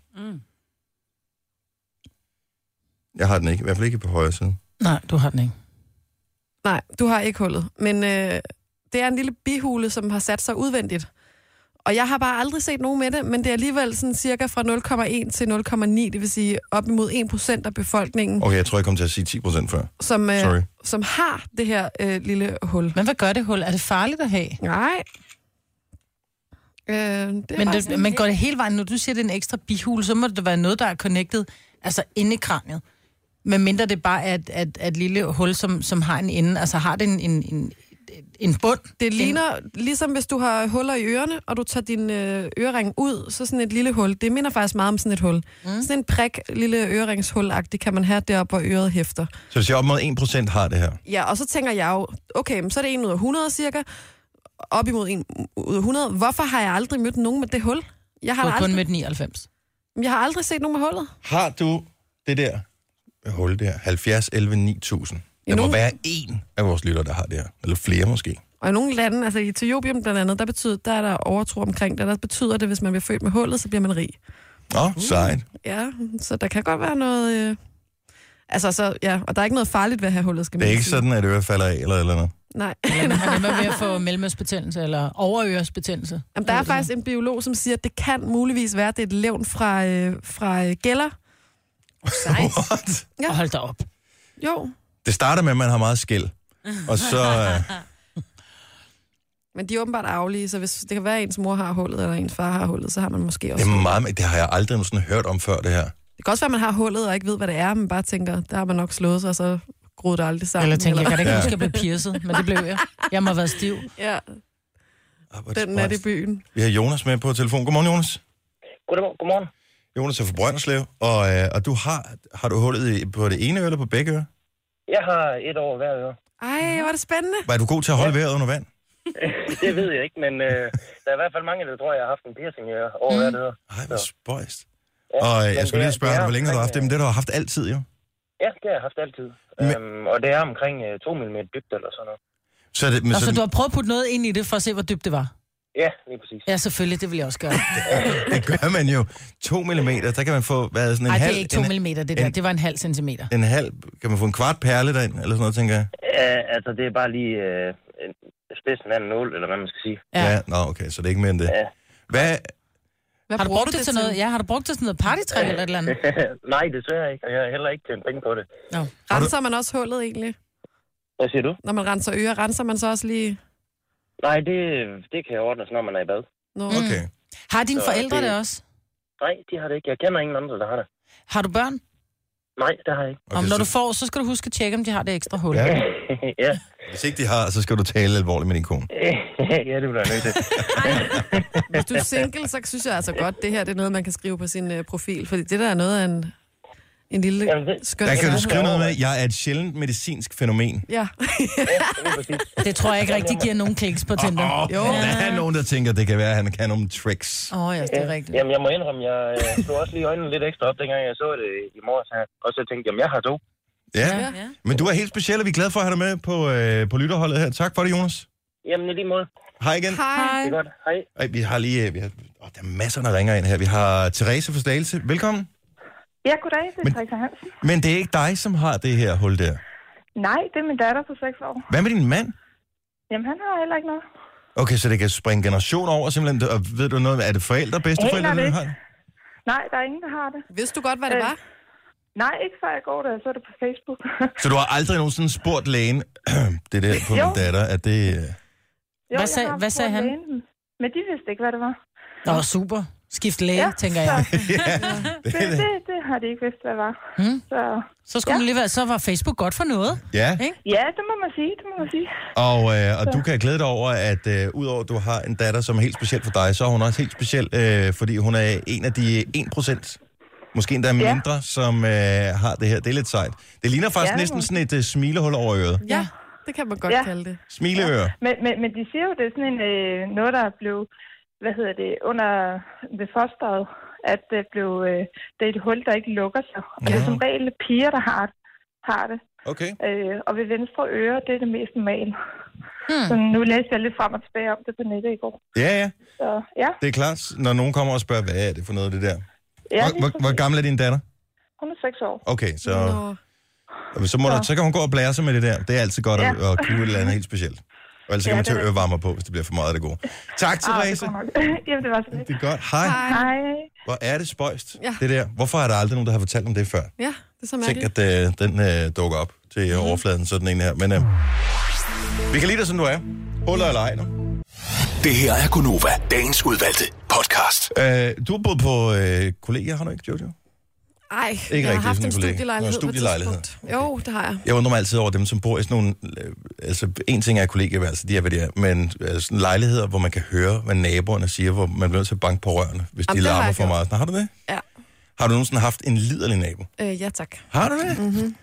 Jeg har den ikke, i hvert fald ikke på højre side. Nej, du har den ikke. Nej, du har ikke hullet. Men det er en lille bihule, som har sat sig udvendigt. Og jeg har bare aldrig set nogen med det, men det er alligevel sådan cirka fra 0,1 til 0,9, det vil sige op imod 1% af befolkningen, Okay, jeg tror, jeg kom til at sige 10% før. som har det her lille hul. Men hvad gør det hul? Er det farligt at have? Nej. Men går det hele vejen, når du siger, det er en ekstra bihule, så må det være noget, der er connected, altså inde i kraniet. Men mindre det bare er et lille hul, som har en ende, altså har det en bund. Det ligner, ligesom hvis du har huller i ørerne, og du tager din ørering ud, så sådan et lille hul. Det minder faktisk meget om sådan et hul. Sådan en prik, lille øreringshul-agtig kan man have deroppe, hvor øret hæfter. Så det siger op mod 1% har det her? Ja, og så tænker jeg jo, okay, så er det 1 ud af 100 cirka, op imod 1 ud af 100. Hvorfor har jeg aldrig mødt nogen med det hul? Jeg har kun mødt 99. Jeg har aldrig set nogen med hullet. Har du det der hul der? 70, 11, 9000. Der må være en af vores lyttere, der har det her. Eller flere måske. Og i nogle lande, altså i Etiopien blandt andet, der er der overtro omkring det. Der betyder det, hvis man bliver født med hullet, så bliver man rig. Sejt. Ja, så der kan godt være noget... og der er ikke noget farligt ved at have hullet, skal man Det er ikke sige. sådan, at øret falder af eller noget? Nej. Eller man har nemmere ved at få mellemørsbetændelse eller overøresbetændelse. Jamen, der er faktisk en biolog, som siger, at det kan muligvis være, at det er et levn fra gælder. What? Ja. Hold da op. Jo. Det starter med, at man har meget skæld. Og så... Men de er åbenbart arvelige, så hvis det kan være, at ens mor har hullet, eller ens far har hullet, så har man måske også... Det har jeg aldrig sådan hørt om før, det her. Det kan også være, at man har hullet og ikke ved, hvad det er, men bare tænker, der har man nok slået sig, og så groede det aldrig sammen. Eller tænker, jeg kan da ikke huske, at jeg blev piercet, men det blev jeg. Jeg må have været stiv. Ja. Den er det i byen. Vi har Jonas med på telefon. Godmorgen, Jonas. Godmorgen. Jonas er fra Brønderslev, og du har du hullet på det ene øre eller på begge ører? Jeg har 1 år hver øre. Ej, hvor er det spændende. Var du god til at holde vejret under vand? Det ved jeg ikke, men der er i hvert fald mange, der tror, jeg har haft en piercing over hvert øre. Ej, hvor spøjst. Og jeg skulle lige spørge dig, hvor længe har du haft det? Men det har du haft altid, jo? Ja, det har jeg haft altid. Og det er omkring 2 mm dybt eller sådan noget. Så du har prøvet at putte noget ind i det, for at se, hvor dybt det var? Ja, lige præcis. Ja, selvfølgelig, det vil jeg også gøre. Det gør man jo. 2 mm, der kan man få, sådan en halv... Nej, det er ikke 2 mm, det der. Det var en halv centimeter. En halv... Kan man få en kvart perle derind, eller sådan noget, tænker jeg? Altså, det er bare lige spidsen af en nål, eller hvad man skal sige. Ja, okay, så det er ikke mere end det. Ja. Hvad har du brugt det til noget? Ja, har du brugt det til noget partytræk eller et eller andet? Nej, desværre ikke, og jeg har heller ikke tjent penge på det. No. Renser man også hullet egentlig? Hvad siger du? Når man renser ører, renser man så også lige... Nej, det kan ordnes, når man er i bad. No. Okay. Har dine forældre det også? Nej, de har det ikke. Jeg kender ingen andre, der har det. Har du børn? Nej, det har jeg ikke. Okay, når du får, så skal du huske at tjekke, om de har det ekstra hul. Ja. Ja. Hvis ikke de har, så skal du tale alvorligt med din kone. Ja, det bliver jeg nødt til. Hvis du er single, så synes jeg altså godt, det her det er noget, man kan skrive på sin profil. Fordi det der er noget af en lille skøn... Der kan du skrive noget med, jeg er et sjældent medicinsk fænomen. Ja. Det tror jeg ikke rigtig giver nogen kliks på Tinder. Jo. Der er nogen, der tænker, det kan være, at han kan nogle tricks. Ja, det er rigtigt. Jamen, jeg må indrømme, jeg slog også lige øjnene lidt ekstra op, dengang jeg så det i morges her. Og så tænkte jeg, jeg har 2. Ja, men du er helt speciel, og vi er glade for at have dig med på lytterholdet her. Tak for det, Jonas. Jamen, i lige måde. Hej igen. Hej. Det er godt. Hej. Vi har lige... der er masser, der ringer ind her. Vi har Therese fra Slagelse. Velkommen. Ja, goddag. Det er Therese Hansen. Men det er ikke dig, som har det her hul der? Nej, det er min datter på 6 år. Hvad med din mand? Jamen, han har heller ikke noget. Okay, så det kan springe generation over simpelthen. Og ved du noget, er det forældre, bedsteforældre, der har det? Nej, der er ingen, der har det. Vidste du godt, hvad det var? Nej, ikke før jeg går der. Så er det på Facebook. Så du har aldrig nogensinde spurgt lægen, det der på min datter, at det... Jo, hvad sagde han? Lægen, men de vidste ikke, hvad det var. Nå, super. Skift læge, tænker jeg. Det har de ikke vidst, hvad det var. Så skulle man lige være, så var Facebook godt for noget. Ja. Ikke? Ja, det må man sige. Og du kan glæde dig over, at udover at du har en datter, som er helt speciel for dig, så er hun også helt speciel, fordi hun er en af de 1%, måske endda mindre, som har det her. Det er lidt sejt. Det ligner faktisk næsten sådan et smilehul over øret. Ja, det kan man godt kalde det. Smileøre. Men de siger jo, det er sådan noget, der blev... under ved fosteret, at det er et hul, der ikke lukker sig. Og det er som regel piger, der har det. Okay. Og ved venstre øre, det er det mest normale. Så nu læste jeg lidt frem og tilbage om det på nettet i går. Ja. Så, ja. Det er klart, når nogen kommer og spørger, hvad er det for noget, det der? Ja, hvor gammel er din datter? Hun er 6 år. Okay, så kan hun gå og blære sig med det der. Det er altid godt at købe et eller andet helt specielt. Og ellers kan man tage ørevarmer på, hvis det bliver for meget af det gode. Tak, Therese. Jamen, det var så lidt. Det er godt. Hej. Hvor er det spøjst, det der. Hvorfor er der aldrig nogen, der har fortalt om det før? Ja, det er så mærkeligt. Tænk, at den dukker op til overfladen, sådan en her. Men vi kan lide dig, som du er. Huller eller ej nu. Det her er Gunova, dagens udvalgte podcast. Du har boet på kollegier, har du ikke, Jojo? Ej, ikke jeg har haft sådan en studielejlighed. Studielejlighed. Jo, det har jeg. Jeg undrer mig altid over dem, som bor i sådan nogle... Altså, en ting er kollegieværelser, de er, hvad de er, men sådan lejligheder, hvor man kan høre, hvad naboerne siger, hvor man bliver nødt til at banke på rørene, hvis de larmer for meget. Har du det? Ja. Har du nogensinde haft en liderlig nabo? Ja, tak. Har du det? Mm-hmm.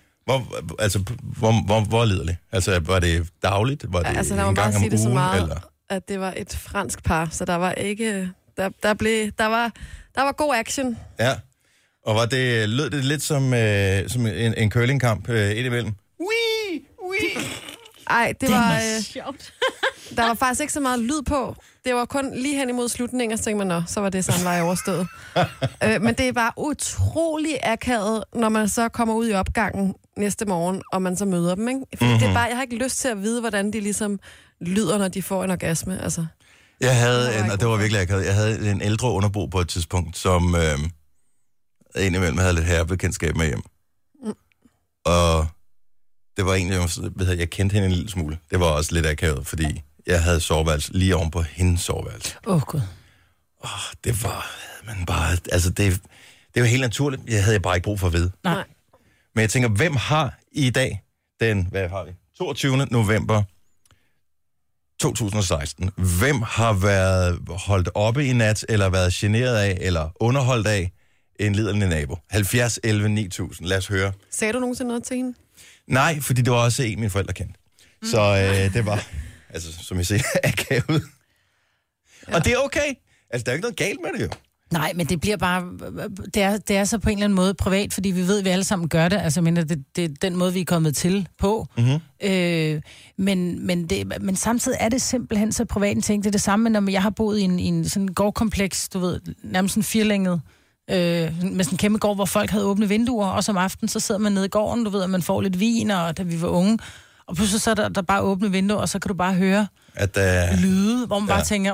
Hvor liderlig? Altså, var det dagligt? Var det altså, en gang om ugen? Så meget, eller? At det var et fransk par, så der var ikke... Der var god action. Ja. Og lød det lidt som en curlingkamp indimellem? Ej, det var sjovt. Der var faktisk ikke så meget lyd på. Det var kun lige hen imod slutningen, og så tænkte man, så var det sådan vej overstået. Men det er bare utrolig akavet, når man så kommer ud i opgangen næste morgen, og man så møder dem, ikke? Fordi det er bare, jeg har ikke lyst til at vide, hvordan de ligesom lyder, når de får en orgasme, altså. Jeg havde og det var virkelig akavet, jeg havde en ældre underbo på et tidspunkt, som indimellem havde lidt herrebekendtskab med hjem. Og det var egentlig, jeg kendte hende en lille smule. Det var også lidt akavet, fordi jeg havde soveværelse lige oven på hendes soveværelse. Gud. Det var, men bare, altså det var helt naturligt. Jeg havde bare ikke brug for at vide. Nej. Men jeg tænker, hvem har i dag, hvad har vi? 22. november 2016. Hvem har været holdt oppe i nat, eller været generet af, eller underholdt af en liderlig nabo? 70 11 9000. Lad os høre. Sagde du nogensinde noget til hende? Nej, fordi det var også en, mine forældre kendte. Så det var, altså, som jeg siger, akavet. Ja. Og det er okay. Altså, der er ikke noget galt med det jo. Nej, men det bliver bare... Det er så på en eller anden måde privat, fordi vi ved, at vi alle sammen gør det. Altså, det er den måde, vi er kommet til på. Mm-hmm. Men samtidig er det simpelthen så privat en ting. Det er det samme, når jeg har boet i en sådan gårdkompleks, du ved, nærmest sådan firlænget, med sådan en kæmpe gård, hvor folk havde åbne vinduer, og som aften, så sidder man nede i gården, du ved, at man får lidt vin, og da vi var unge, og pludselig så er der bare åbne vinduer, og så kan du bare høre lyde, hvor man bare tænker...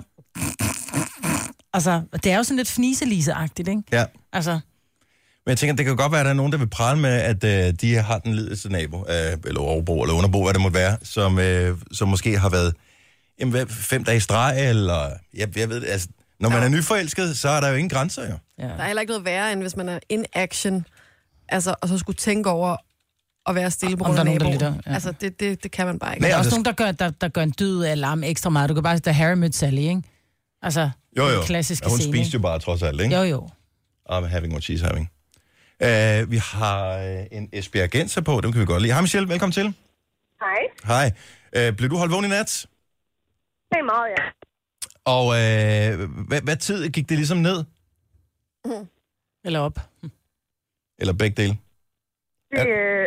Altså, det er jo sådan lidt fniselise-agtigt, ikke? Ja. Altså. Men jeg tænker, det kan godt være, at der er nogen, der vil prale med, at de har den lideste nabo, eller overbo, eller underbo, hvad det måtte være, som måske har været 5 dage streg, eller jeg ved det, altså, når man er nyforelsket, så er der jo ingen grænser, jo. Ja. Der er heller ikke noget værre, end hvis man er in action, altså, og så skulle tænke over at være stille på grund af naboen. Ja. Altså, det kan man bare ikke. Men der er også nogen, der gør en dyd af alarm ekstra meget. Du kan bare sige, Harry mødte Sally, ikke? Altså, jo. klassiske hun scene. Spiste jo bare trods alt, ikke? Jo. I'm having what she's having. Vi har en esbjergenser på, dem kan vi godt lide. Hej Michelle, velkommen til. Hej. Blev du holdt vågen i nat? Det er meget, ja. Og hvad tid gik det ligesom ned? Eller op? Eller begge dele? Det,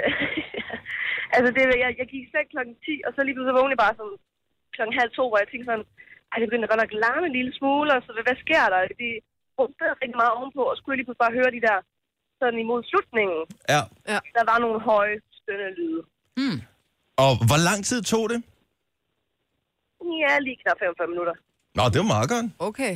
altså, jeg gik i seng 10:00, og så lige pludselig vågnede jeg bare sådan 1:30, hvor jeg tænkte sådan, det begyndte godt nok at larme en lille smule, og så hvad sker der? De brugte rigtig meget ovenpå, og skulle jeg lige pludselig bare høre de der sådan imod slutningen. Ja. Der var nogle høje stønne lyde. Og hvor lang tid tog det? Ja, lige knap 45 minutter. Nå, det var meget godt. Okay.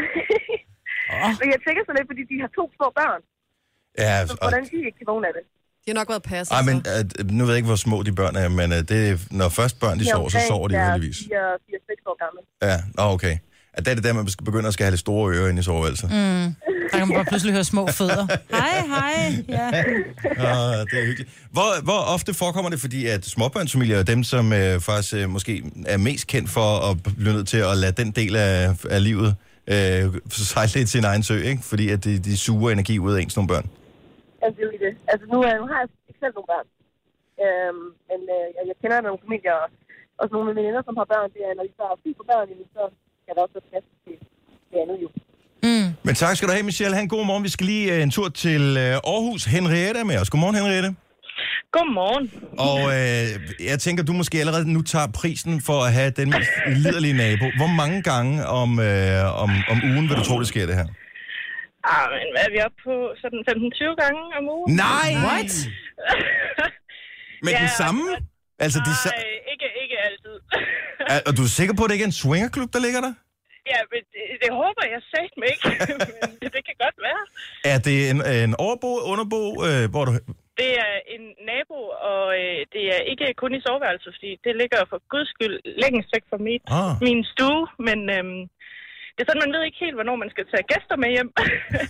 Men jeg tænker så lidt, fordi de har 2 små børn. Ja, så hvordan de ikke kan vågne af det? De har nok været passet. Ej, men nu ved jeg ikke, hvor små de børn er, men når først børn de sover, så sover de heldigvis. De er 4-6 år gamle. Ja, okay. At det er det, man begynder at skal have lidt store ører inde i soveværelset. Der kan man bare pludselig høre små fødder. Hej. Ja. Det er hyggeligt. Hvor ofte forekommer det, fordi at småbørnsfamilier er dem, som faktisk måske er mest kendt for at blive nødt til at lade den del af livet sejle lidt til sin egen sø, ikke? Fordi at de suger energi ud af ens nogle børn. Altså, det er jo det. Altså, nu har jeg ikke selv nogle børn. Men jeg kender nogle familier, og nogle af mine venner, som har børn, det er, når de så har fint på børn, så kan der også være plads til det andet jo. Men tak skal du have, Michelle. Ha' en god morgen. Vi skal lige en tur til Aarhus. Henriette er med os. Godmorgen, Henriette. Godmorgen. Og jeg tænker, du måske allerede nu tager prisen for at have den mest liderlige nabo. Hvor mange gange om ugen vil du tro, det sker det her? Men hvad er vi oppe på? Sådan 15-20 gange om ugen? Nej! What? Men den samme? Altså, ikke altid. Og du er sikker på, at det ikke er en swingerklub, der ligger der? Ja, men det håber jeg sagt mig ikke. Men det kan godt være. Er det en overbo, underbo, hvor du... Det er en nabo, og det er ikke kun i soveværelset, fordi det ligger for guds skyld længst væk fra min stue, men det er sådan, man ved ikke helt, hvornår man skal tage gæster med hjem.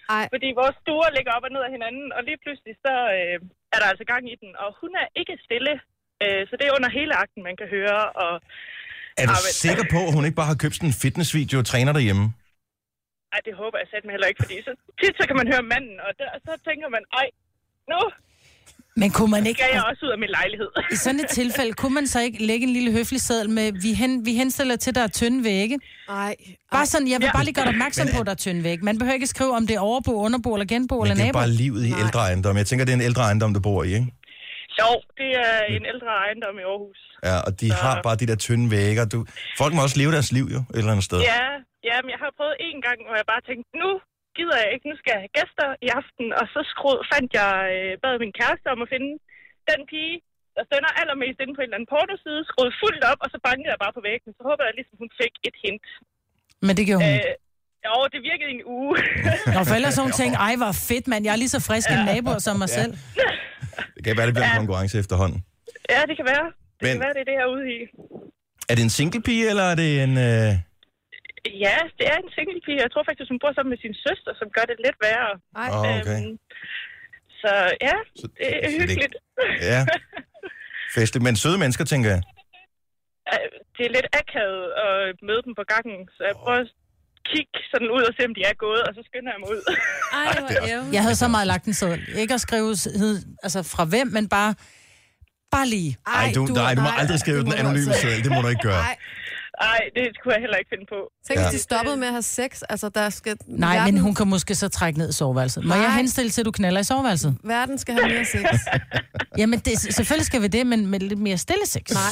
Fordi vores stuer ligger op og ned af hinanden, og lige pludselig så er der altså gang i den, og hun er ikke stille. Så det er under hele akten, man kan høre. Og er du sikker på, at hun ikke bare har købt sådan en fitnessvideo og træner derhjemme? Nej, det håber jeg satme heller ikke, fordi så tit så kan man høre manden, og så tænker man, nu men kunne man ikke... skal jeg også ud af min lejlighed. I sådan et tilfælde, kunne man så ikke lægge en lille høflig seddel med, vi henstiller til, der er tynde vægge? Nej. Bare sådan, jeg vil bare lige gøre opmærksom på, at der er tynde vægge. Man behøver ikke skrive, om det er overbo, underbo eller genbo eller nabo. Men det er bare livet i ældre ejendom. Jeg tænker, det er en ældre ejendom, du bor i, ikke? Jo, det er en ældre ejendom i Aarhus. Ja, og de har bare de der tynde vægge. Folk må også leve deres liv jo, et eller andet sted. Ja, men jeg har prøvet en gang, hvor jeg bare tænkte, nu gider jeg ikke, nu skal jeg have gæster i aften. Og så bad min kæreste om at finde den pige, der stønner allermest inde på en eller anden pornoside, skruede fuldt op, og så bankede jeg bare på væggen. Så håber jeg ligesom, hun fik et hint. Men det gjorde hun ikke. Jo, det virkede en uge. Nå, for ellers hun tænkte, ej, hvor fedt, mand. Jeg er lige så frisk en naboer som mig selv. Det kan være, det bliver en konkurrence efterhånden. Ja, det kan være. Det kan være, det er det her ude i. Er det en single pige, eller er det en... Ja, det er en single pige. Jeg tror faktisk, hun bor sammen med sin søster, som gør det lidt værre. Okay. Så ja, det er hyggeligt. Ja, festligt. Men søde mennesker, tænker jeg. Det er lidt akavet at møde dem på gangen, så jeg prøver at kigge sådan ud og se, om de er gået, og så skynder jeg mig ud. Jeg havde så meget lagt en seddel. Ikke at skrive altså fra hvem, men bare lige. Du må aldrig skrive den anonyme seddel. Det må du ikke gøre. Nej, det kunne jeg heller ikke finde på. Tænk, hvis de stoppede med at have sex. Altså, der skal... Nej, men hun kan måske så trække ned i soveværelset. Må jeg henstille til, at du knaller i soveværelset? Verden skal have mere sex. Jamen, selvfølgelig skal vi det, men med lidt mere stille sex. Nej.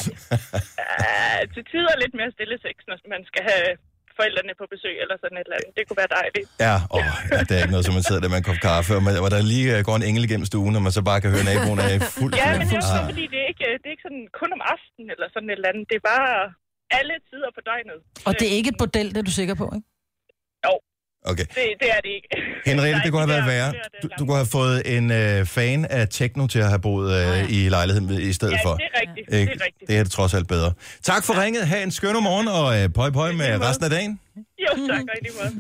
Til tider lidt mere stille sex, når man skal have forældrene på besøg eller sådan et eller andet. Det kunne være dejligt. Ja, det er ikke noget, som man sidder der med en kop kaffe, og der lige går en engel igennem stuen, og man så bare kan høre naboen af fuld. Ja, men det er også fordi, det er ikke sådan kun om aftenen eller sådan et eller andet. Det er bare alle tider på døgnet. Og det er ikke et bordel, det er du sikker på, ikke? Jo. Okay. Det er det ikke. Henriette, det kunne have været værre. Du kunne have fået en fan af techno til at have boet i lejligheden i stedet for. Ja, det er rigtigt. Det er rigtigt. Det er det trods alt bedre. Tak for ringet. Ha' en skøn morgen, og pøj med resten af dagen. Jo, tak. Og i lige måde.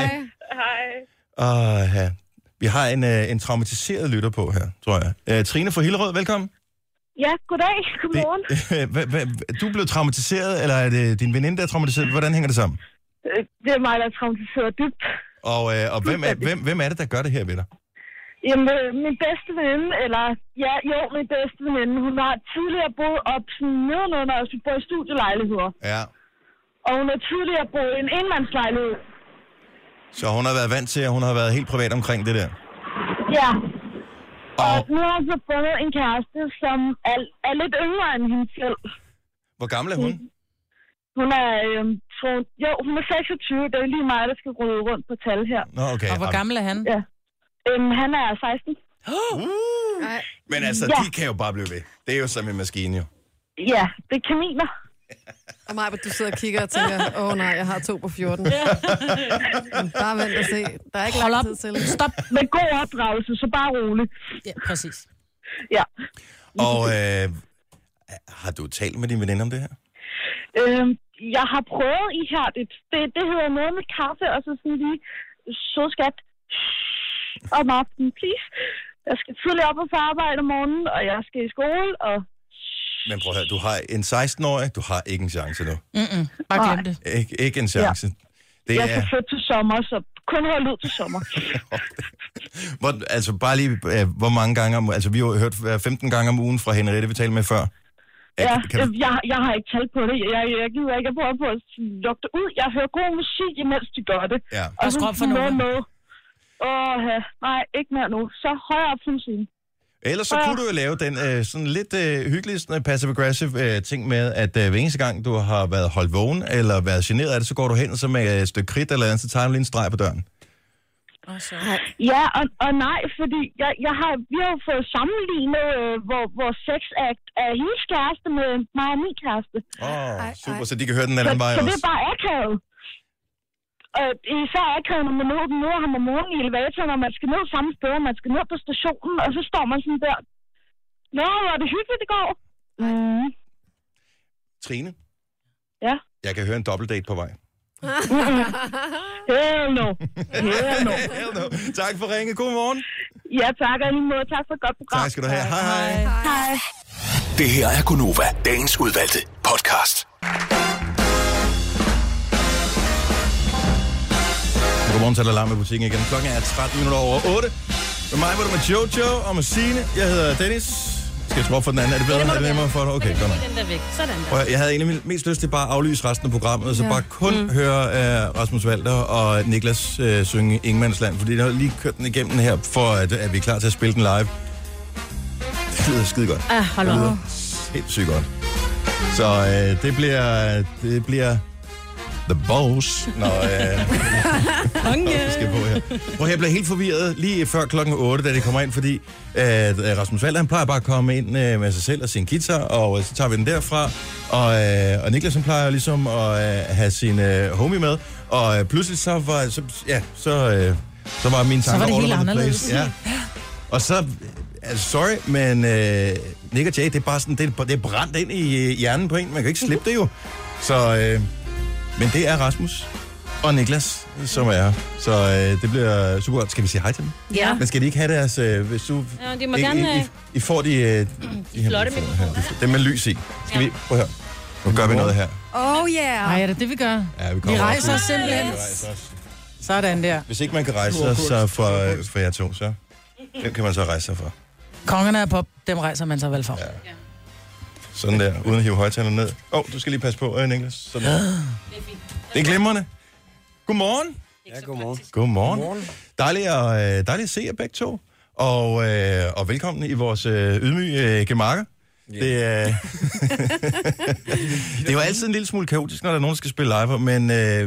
Hej. Vi har en traumatiseret lytter på her, tror jeg. Trine fra Hillerød, velkommen. Ja, goddag. Godmorgen. Du blev traumatiseret, eller er det din veninde, der er traumatiseret? Hvordan hænger det sammen? Det er mig, der er traumatiseret dybt. Og hvem er det, der gør det her ved dig? Jamen, min bedste veninde, min bedste veninde, hun har tidligere boet op sådan nedenunder, altså vi bor i studielejligheder. Ja. Og hun har tidligere boet i en enmandslejlighed. Så hun har været vant til, at hun har været helt privat omkring det der? Ja. Og nu har hun så fundet en kæreste, som er lidt yngre end hende selv. Hvor gammel er hun? Hun er, hun er 26. Det er lige mig, der skal rydde rundt på tal her. Nå, okay. Og hvor gammel er han? Ja. Han er 16. Men altså, de kan jo bare blive ved. Det er jo som en maskine, jo. Ja, det er kaniner. Og Maja, du sidder og kigger og tænker, nej, jeg har 2 på 14. Bare vent og se. Der er ikke lang tid til. Stop. Med god opdragelse, så bare roligt. Ja, præcis. Ja. Og har du talt med din veninde om det her? Jeg har prøvet ihærdigt. Det hedder noget med kaffe, og så sådan lige, så skat, om aftenen, please. Jeg skal tidligt op og få arbejde om morgenen, og jeg skal i skole, og... Men prøv at høre, du har en 16-årig, du har ikke en chance nu. Bare glem det. Ikke en chance. Ja. Jeg skal født til sommer, så kun hold ud til sommer. Altså bare lige, hvor mange gange, altså vi har hørt 15 gange om ugen fra Henriette, vi talte med før. Jeg har ikke talt på det. Jeg gider ikke at prøve på at lugte ud. Jeg hører god musik, imens de gør det. Ja. Og så noget med. Nej, ikke mere nu. Så højere op som siden. Ellers så kunne du jo lave den sådan lidt hyggelige passive-aggressive ting med, at hver eneste gang du har været holdt vågen, eller været generet af det, så går du hen og så med et stykke kridt eller andet, så tager du lige en streg på døren. Ja, og nej, fordi vi har jo fået sammenlignet vores sex-act af hendes kæreste med mig og min kæreste. Super, så de kan høre den anden vej også. Så det er bare akavet. Især akavet, når man møder ham om morgenen i elevatoren, når man skal ned samme sted, og man skal ned på stationen, og så står man sådan der. Nå, var det hyggeligt, det går? Trine? Ja? Jeg kan høre en dobbeltdate på vej. Hell no. Hell no. Tak for ringe. God morgen. Ja, tak. Og lige måde. Tak for et godt program. Tak skal du have. Hej. Hej. Det her er Gonova, dagens udvalgte podcast. Godmorgen til Alarm i butikken igen. Klokken er 8:13. Med mig var det med Jojo og med Signe. Jeg hedder Dennis. Skal jeg skrue for den anden? Er det bedre? Er det nemmere for dig? Okay, godt nok. Den der væk. Sådan der. Jeg havde egentlig mest lyst til bare at aflyse resten af programmet, så bare kun høre Rasmus Walter og Niklas synge Ingemannsland, fordi jeg har lige kørt den igennem her, for at vi er klar til at spille den live. Det lyder skide godt. Hold on. Helt sygt godt. Så det bliver The Boss, når skal på her. Prøv, jeg blev helt forvirret lige før klokken 8, da det kommer ind, fordi Rasmus Walter, han plejer bare at komme ind med sig selv og sin guitar, og så tager vi den derfra. Og Niklas, han plejer ligesom at have sin homie med, og pludselig så var mine tanker all over the place. Ja. Og så, sorry, men Nick og Jay, det er bare sådan, det er brændt ind i hjernen på en. Man kan ikke slippe det jo. Så... Men det er Rasmus og Niklas, som er her. Så det bliver super godt. Skal vi sige hej til dem? Ja. Men skal de ikke have deres... hvis du... Ja, de må gerne... I får de flotte mikrofoner. Dem med lys i. Skal vi... Prøv at høre. Nu gør vi noget her. Oh yeah. Nej, er det det, vi gør? Ja, vi rejser os simpelthen. Sådan der. Hvis ikke man kan rejse sig så for jer to, så... Hvem kan man så rejse sig for? Kongerne er pop, dem rejser man sig vel for. Ja. Sådan der, uden at hive højtalerne ned. Du skal lige passe på, Niklas. Sådan der. Det er glimrende. Godmorgen. Ja, godmorgen. Godmorgen. Dejligt at se jer begge to. Og velkommen i vores ydmyge gemakker. Yeah. Det er jo altid en lille smule kaotisk, når der er nogen, der skal spille live, men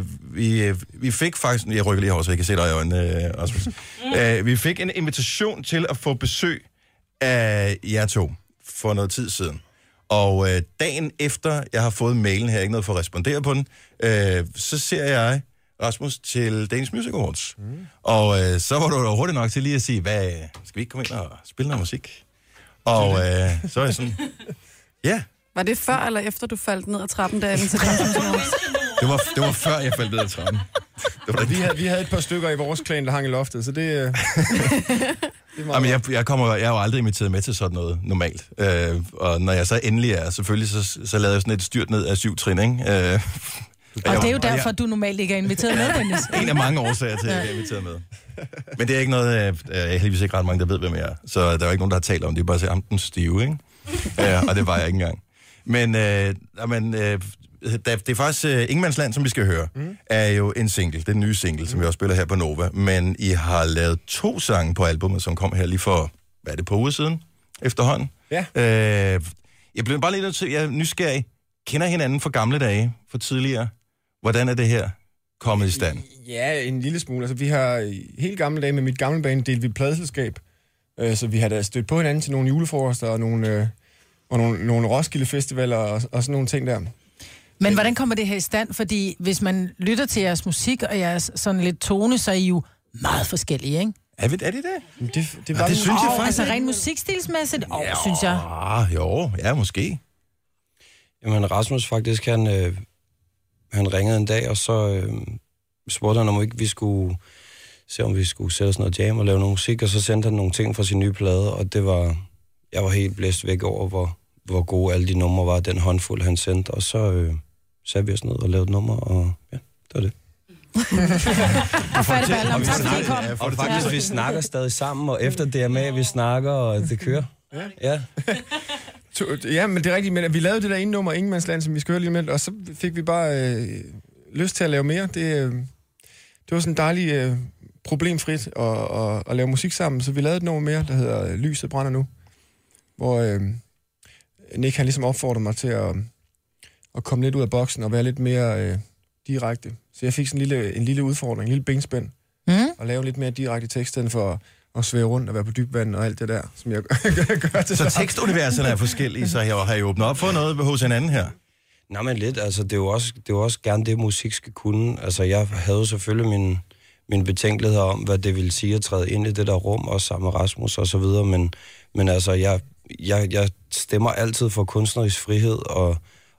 vi fik faktisk... Jeg rykker lige over, så jeg kan se dig i øjnene, Rasmus. Vi fik en invitation til at få besøg af jer to for noget tid siden. Og dagen efter, jeg har fået mailen her, ikke noget for at respondere på den, så ser jeg Rasmus til Danish Music Awards. Og så var du hurtigt nok til lige at sige, skal vi ikke komme ind og spille noget musik? Og så er jeg sådan, ja. Var det før eller efter, du faldt ned ad trappen dagen til Danish Music Awards? Det var før, jeg faldt ned ad trappen. Vi havde et par stykker i vores klan, der hang i loftet, så det... Jamen, jeg er jo aldrig inviteret med til sådan noget normalt. Og når jeg så endelig er, selvfølgelig, så lavede jeg sådan et styrt ned af 7 trin, ikke? Og det er jo derfor, du normalt ikke er inviteret med, Dennis. En af mange årsager til, at jeg er inviteret med. Men det er ikke noget, jeg er heldigvis ikke ret mange, der ved, hvem jeg er. Så der er jo ikke nogen, der har talt om det. Det er bare at sige, den stive, ikke? Og det var jeg ikke engang. Men det er faktisk Ingemannsland, som vi skal høre, er jo en single. Det er en ny single, som vi også spiller her på Nova. Men I har lavet 2 sange på albumet, som kom her lige for, hvad er det, på uger siden efterhånden? Ja. Jeg blev bare lidt nødt til, jeg er nysgerrig. Kender hinanden fra gamle dage, for tidligere? Hvordan er det her kommet i stand? Ja, en lille smule. Altså, vi har helt gamle dage med mit gamle band delt vi pladeselskab. Så vi har da stødt på hinanden til nogle julefrokoster og nogle Roskilde Festivaler og sådan nogle ting der. Men hvordan kommer det her i stand? Fordi hvis man lytter til jeres musik og jeres sådan lidt tone, så er I jo meget forskellige, ikke? Er det det? Det var det synes jeg faktisk. Altså rent musikstilsmæssigt? Synes jeg. Ja, måske. Jamen, Rasmus faktisk, han ringede en dag, og så spurgte han, om ikke vi skulle se, om vi skulle sætte os noget jam og lave noget musik, og så sendte han nogle ting fra sin nye plade, og jeg var helt blæst væk over, hvor gode alle de numre var, den håndfuld, han sendte, og så satte vi os ned og lavede et nummer, og ja, det var det. Og faktisk, vi snakker stadig sammen, og efter DMA, vi snakker, og det kører. Ja. Ja, men det er rigtigt, men vi lavede det der ene nummer, Ingemannsland, som vi skal høre lige med, og så fik vi bare lyst til at lave mere. Det var sådan dejligt problemfrit at lave musik sammen, så vi lavede et nummer mere, der hedder Lyset brænder nu, hvor Nick han ligesom opfordrede mig til at komme lidt ud af boksen og være lidt mere direkte. Så jeg fik sådan en lille udfordring, en lille benspænd, og lave lidt mere direkte tekst, i stedet for at svæve rundt og være på dybvand og alt det der, som jeg gør til. Så tekstuniverserne er forskellige, så har I åbnet op for noget hos hinanden her? Nej, men lidt. Altså, det er jo også gerne det, musik skal kunne. Altså, jeg havde selvfølgelig mine betænkeligheder om, hvad det ville sige at træde ind i det der rum, også sammen med Rasmus og så videre, men altså, jeg stemmer altid for kunstnerisk frihed,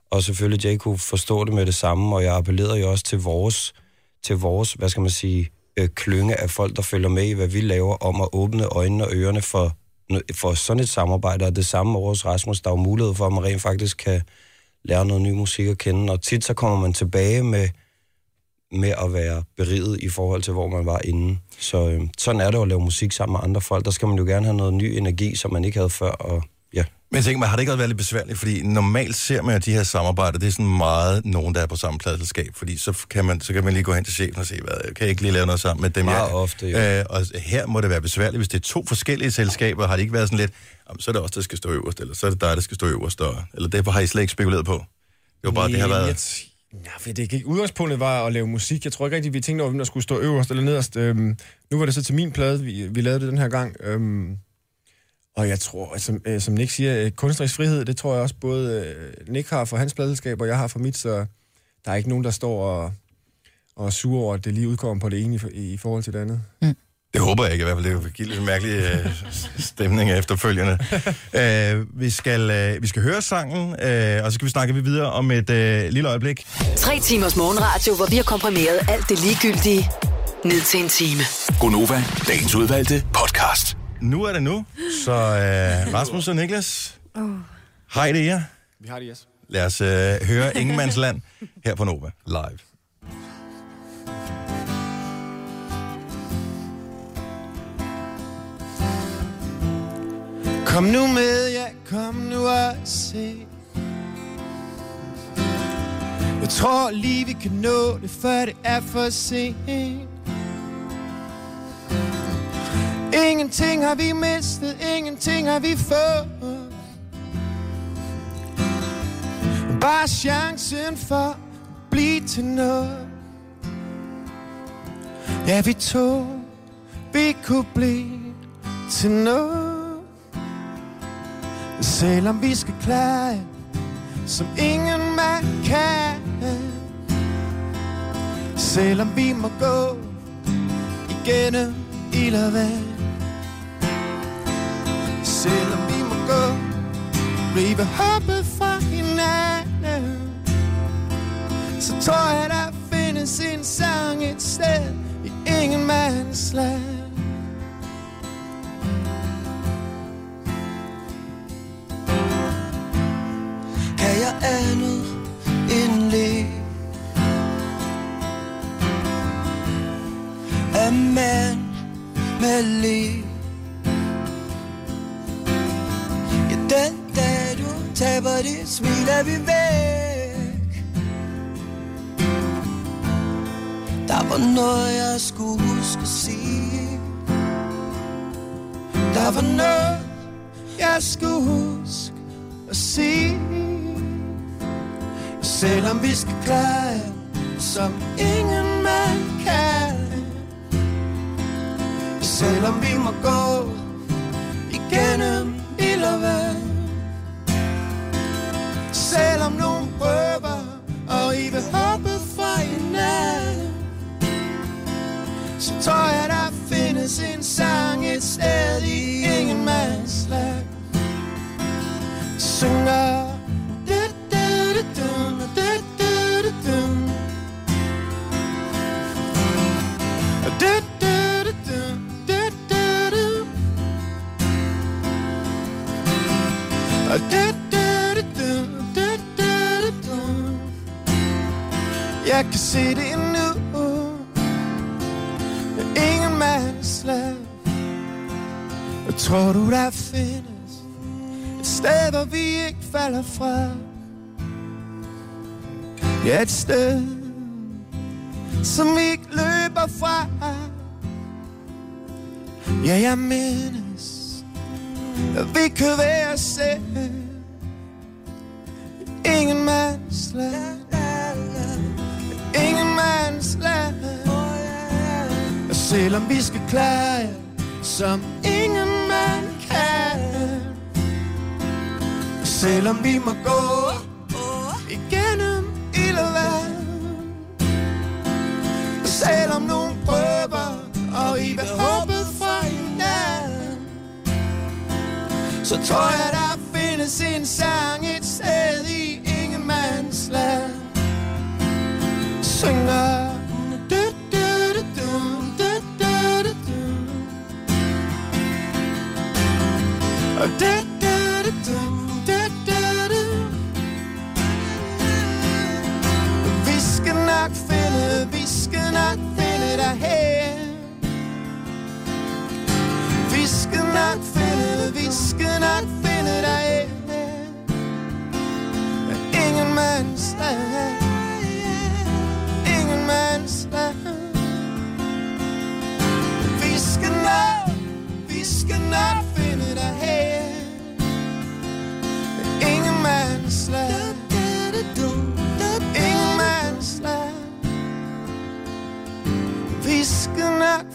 og selvfølgelig Jay kunne forstå det med det samme, og jeg appellerede jo også til vores, hvad skal man sige, klynge af folk, der følger med i, hvad vi laver, om at åbne øjnene og ørerne for sådan et samarbejde, og det samme over hos Rasmus, der er jo mulighed for, at man rent faktisk kan lære noget ny musik at kende, og tit så kommer man tilbage med at være beriget i forhold til, hvor man var inde. Så sådan er det at lave musik sammen med andre folk. Der skal man jo gerne have noget ny energi, som man ikke havde før, og ja. Men jeg tænker, har det ikke også været lidt besværligt? Fordi normalt ser man jo de her samarbejder, det er sådan meget nogen, der er på samme pladselskab, fordi så kan man lige gå hen til chefen og sige, kan jeg ikke lige lave noget sammen med dem? Meget ofte, jo. Og her må det være besværligt, hvis det er 2 forskellige selskaber, har det ikke været sådan lidt, så er det også der skal stå øverst, eller så er det dig, der skal stå øverst, eller det har I slet ikke spekuleret på? Det var bare, det har været... Ja, for det gik. Udgangspunktet var at lave musik. Jeg tror ikke rigtig, vi tænkte over, hvem der skulle stå øverst eller nederst. Nu var det så til min plade, vi lavede det den her gang. Og jeg tror, som Nick siger, kunstnerisk frihed, det tror jeg også både Nick har for hans pladeselskab, og jeg har for mit, så der er ikke nogen, der står og suger over, at det lige udkommer på det ene i forhold til det andet. Mm. Det håber jeg ikke i hvert fald. Det vil give lidt en mærkelig stemning efterfølgende. Vi skal høre sangen, og så skal vi snakke videre om et lille øjeblik. 3 timers morgenradio, hvor vi har komprimeret alt det ligegyldige ned til en time. Gonova, dagens udvalgte podcast. Nu er det nu, så Rasmus og Niklas, hej det jer. Vi har det, yes. Lad os høre Ingenmandsland her på Nova live. Kom nu med, ja, kom nu og se. Jeg tror lige, vi kan nå det, før det er for sent. Ingenting har vi mistet, ingenting har vi fået. Bare chancen for at blive til noget. Ja, vi kunne blive til noget. Selvom vi skal klare, som ingen mand kan. Selvom vi må gå igennem ild og vand. Selvom vi må gå, rive hoppet fra hinanden. Så tror jeg, der findes en sang et sted i ingenmandsland. Kan jeg andet end le af mand med liv? Ja, den dag du taber dit smil, er vi væk. Der var noget, jeg skulle huske at sige. Der var noget, jeg skulle huske at sige. Selvom vi skal klare, som ingen mand kan. Selvom vi må gå igennem ild og vand. Selvom nogen prøver at rive hoppet fra hinanden, så tror jeg, der findes en sang et sted i ingenmandsland. Synger jeg kan se det endnu. Ingenmandsland. Jeg tror du, der findes et sted, hvor vi ikke falder fra. Ja, et sted, som vi ikke løber fra. Ja, jeg mindes, at vi kan være selv. Ingenmandsland. Ingenmandsland. Og selvom vi skal klare, som ingen mand kan. Selvom vi må gå igennem ild og vand. Selvom nogen prøver at rive hoppet fra hinanden, så tror jeg, der findes en sang et sted i ingenmandsland. synger. Og vi skal nok finde dig her. Vi skal nok finde dig her. Ingen mands land. Ingen mands land. Vi skal nok finde dig her. Ingen mands land. Ingen mands land. Vi skal nok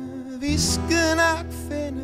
finde.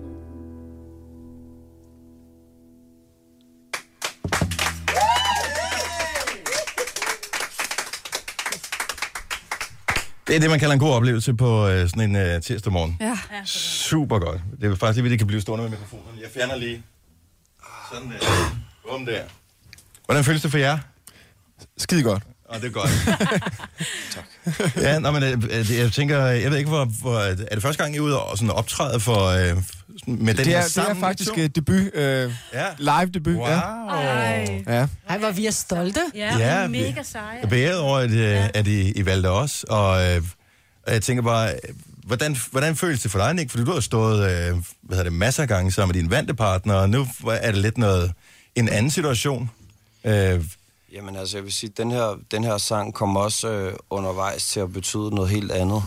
Det er det, man kalder en god oplevelse på sådan en tirsdag morgen. Ja. Super godt. Det er faktisk lige, at det kan blive stående med mikrofonen. Jeg fjerner lige sådan der. Hvordan føles det for jer? Skide godt. Det er godt. Tak. Ja, men jeg tænker, jeg ved ikke, hvor er det første gang, I er ude og sådan optræde for med den her sammen? Det er faktisk debut, live debut. Wow. Ja. Ej, hvor vi er stolte. Ja, mega seje. Beæret over, at I valgte os, og jeg tænker bare, hvordan føles det for dig, Nick? Fordi du har stået masser af gange sammen med din vantepartner, og nu er det lidt en anden situation. Jamen altså, jeg vil sige, den her sang kom også undervejs til at betyde noget helt andet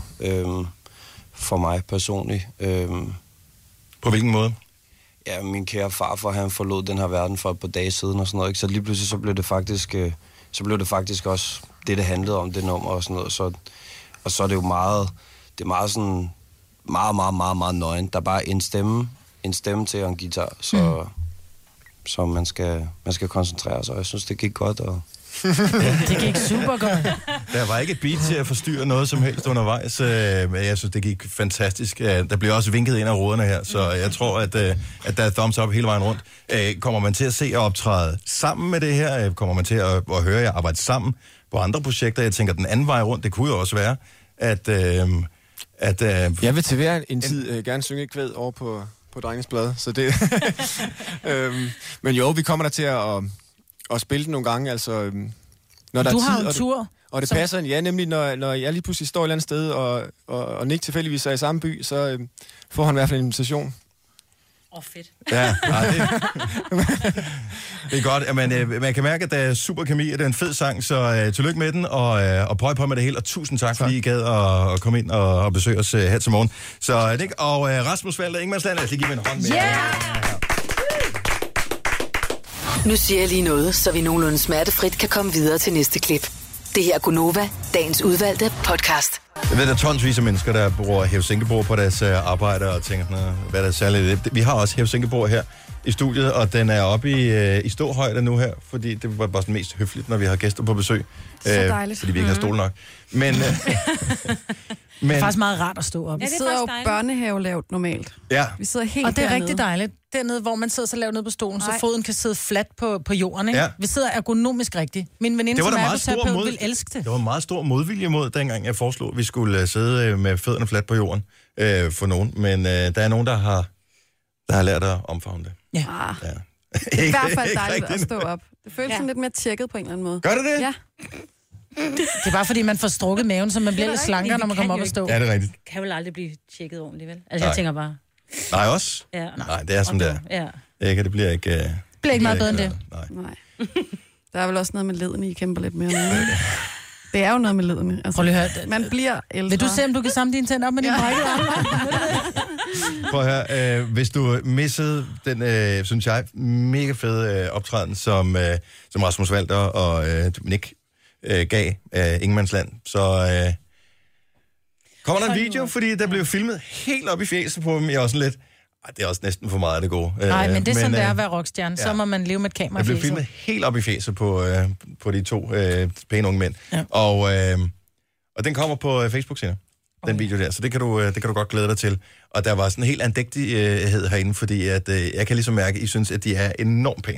for mig personligt. På hvilken måde? Ja, min kære farfar, han forlod den her verden for et par dage siden og sådan noget, ikke? Så lige pludselig så blev det faktisk også det handlede om, det nummer og sådan noget. Så er det jo meget sådan, meget nøgen. Der er bare en stemme til en guitar, så man skal koncentrere sig, og jeg synes, det gik godt. Og det gik super godt. Der var ikke et beat til at forstyrre noget som helst undervejs, men jeg synes, det gik fantastisk. Der bliver også vinket ind af ruderne her, så jeg tror, at der er thumbs up hele vejen rundt. Kommer man til at se og optræde sammen med det her? Kommer man til at høre jer arbejde sammen på andre projekter? Jeg tænker, den anden vej rundt, det kunne jo også være, at jeg vil til hver en tid gerne synge et kvæd over på Drengens Blad, så det... men jo, vi kommer der til at spille det nogle gange, altså... Når der du er har tid, en tur. Og det passer, ja, nemlig når jeg lige pludselig står et eller andet sted, og Nick tilfældigvis er i samme by, så får han i hvert fald en invitation. Fedt. Ja, det er godt. Man kan mærke, at der er super kemi, og det er en fed sang, så tillykke med den, og prøv på med det hele, og tusind tak, fordi I gad at komme ind og besøge os her til morgen. Så Nick og Rasmus Walter Ingemannsland, lad os lige give en hånd med. Nu siger jeg lige noget, så vi nogenlunde smertefrit kan komme videre til næste klip. Det her er Gunova, dagens udvalgte podcast. Jeg ved, der er tonsvis af mennesker, der bruger hæve-sænke-bord på deres arbejde og tænker, hvad der er særligt. Vi har også hæve-sænke-bord her i studiet, og den er oppe i ståhøjde nu her, fordi det var bare sådan mest høfligt, når vi har gæster på besøg. Så dejligt. Fordi vi ikke har stol nok. Men det er faktisk meget rart at stå op. Vi sidder jo børnehavelavt normalt. Ja. Vi sidder helt og det er dernede. rigtig dejligt. Dernede, hvor man sidder så lavt nede på stolen, så foden kan sidde fladt på jorden. Ikke? Ja. Vi sidder ergonomisk rigtigt. Min veninde, som er ergoterapeut, vil elske det. Det var en meget stor modvilje mod, dengang jeg foreslog, at vi skulle sidde med fødderne fladt på jorden for nogen. Men der er nogen, der har lært at omfavne det. Ja. Det er i hvert fald dejligt at stå op. Det føles sådan lidt mere tjekket på en eller anden måde. Gør det det? Ja. Det er bare fordi, man får strukket maven, så man bliver lidt slankere, når man kommer op og stå. Ja, det er rigtigt. Det kan vel aldrig blive tjekket ordentligt, vel? Altså, jeg tænker bare... Nej, også? Ja. Nej, det er som det er. Ja. Det bliver ikke... Det bliver ikke meget bedre end det. Nej. Der er vel også noget med ledene, I kæmper lidt mere med. Det er jo noget med ledene. Altså, prøv lige at høre. Man bliver ældre. Vil du se, om du kan samle dine tænder op med din brækkede arme? Prøv at høre, hvis du missede den, synes jeg, mega fede optræden, som Rasmus Walter og Nick gav Ingemannsland, så kommer der en video, fordi der blev filmet helt op i fjeset på dem. Jeg er også sådan lidt, det er også næsten for meget af det gode. Nej, men det er som det er at være rockstjerne. Så må man leve med et kamera i fjeset. fjeset. Der blev filmet helt op i fjeset på de to pæne unge mænd. Ja. Og den kommer på Facebook senere. Den video der, så det kan du godt glæde dig til. Og der var sådan en helt andægtighed herinde, fordi at, jeg kan ligesom mærke, at I synes, at de er enormt pæne.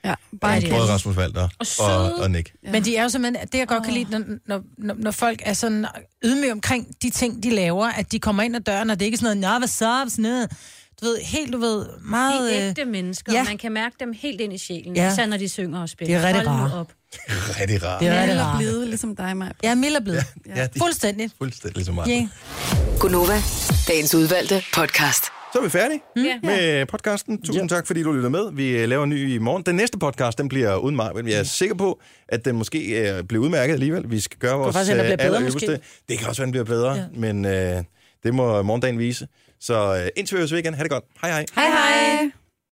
Ja, både Rasmus Walter og Nick. Ja. Men de er jo simpelthen, det jeg godt kan lide, når folk er sådan ydmyge omkring de ting, de laver, at de kommer ind ad døren, og det er ikke sådan noget, what's up, sådan noget. Du ved, meget... De er ægte mennesker, og man kan mærke dem helt ind i sjælen, især når de synger og spiller. Det er rigtig rart. Rigtig rart. Det er rigtig rart. Blide, ligesom dig, Maja. Ja, Mille er blevet. Ja, fuldstændig. Fuldstændig ligesom mig. Yeah. Gunova, dagens udvalgte podcast. Så er vi færdige med podcasten. Tusind tak, fordi du lytter med. Vi laver en ny i morgen. Den næste podcast, den bliver uden mig, men jeg er sikker på, at den måske bliver udmærket alligevel. Vi skal gøre vores allerøverste. Det kan også være, den bliver bedre, men det må morgendagen vise. Så indtil vi høres ved igen. Ha' det godt. Hej hej. Hej hej.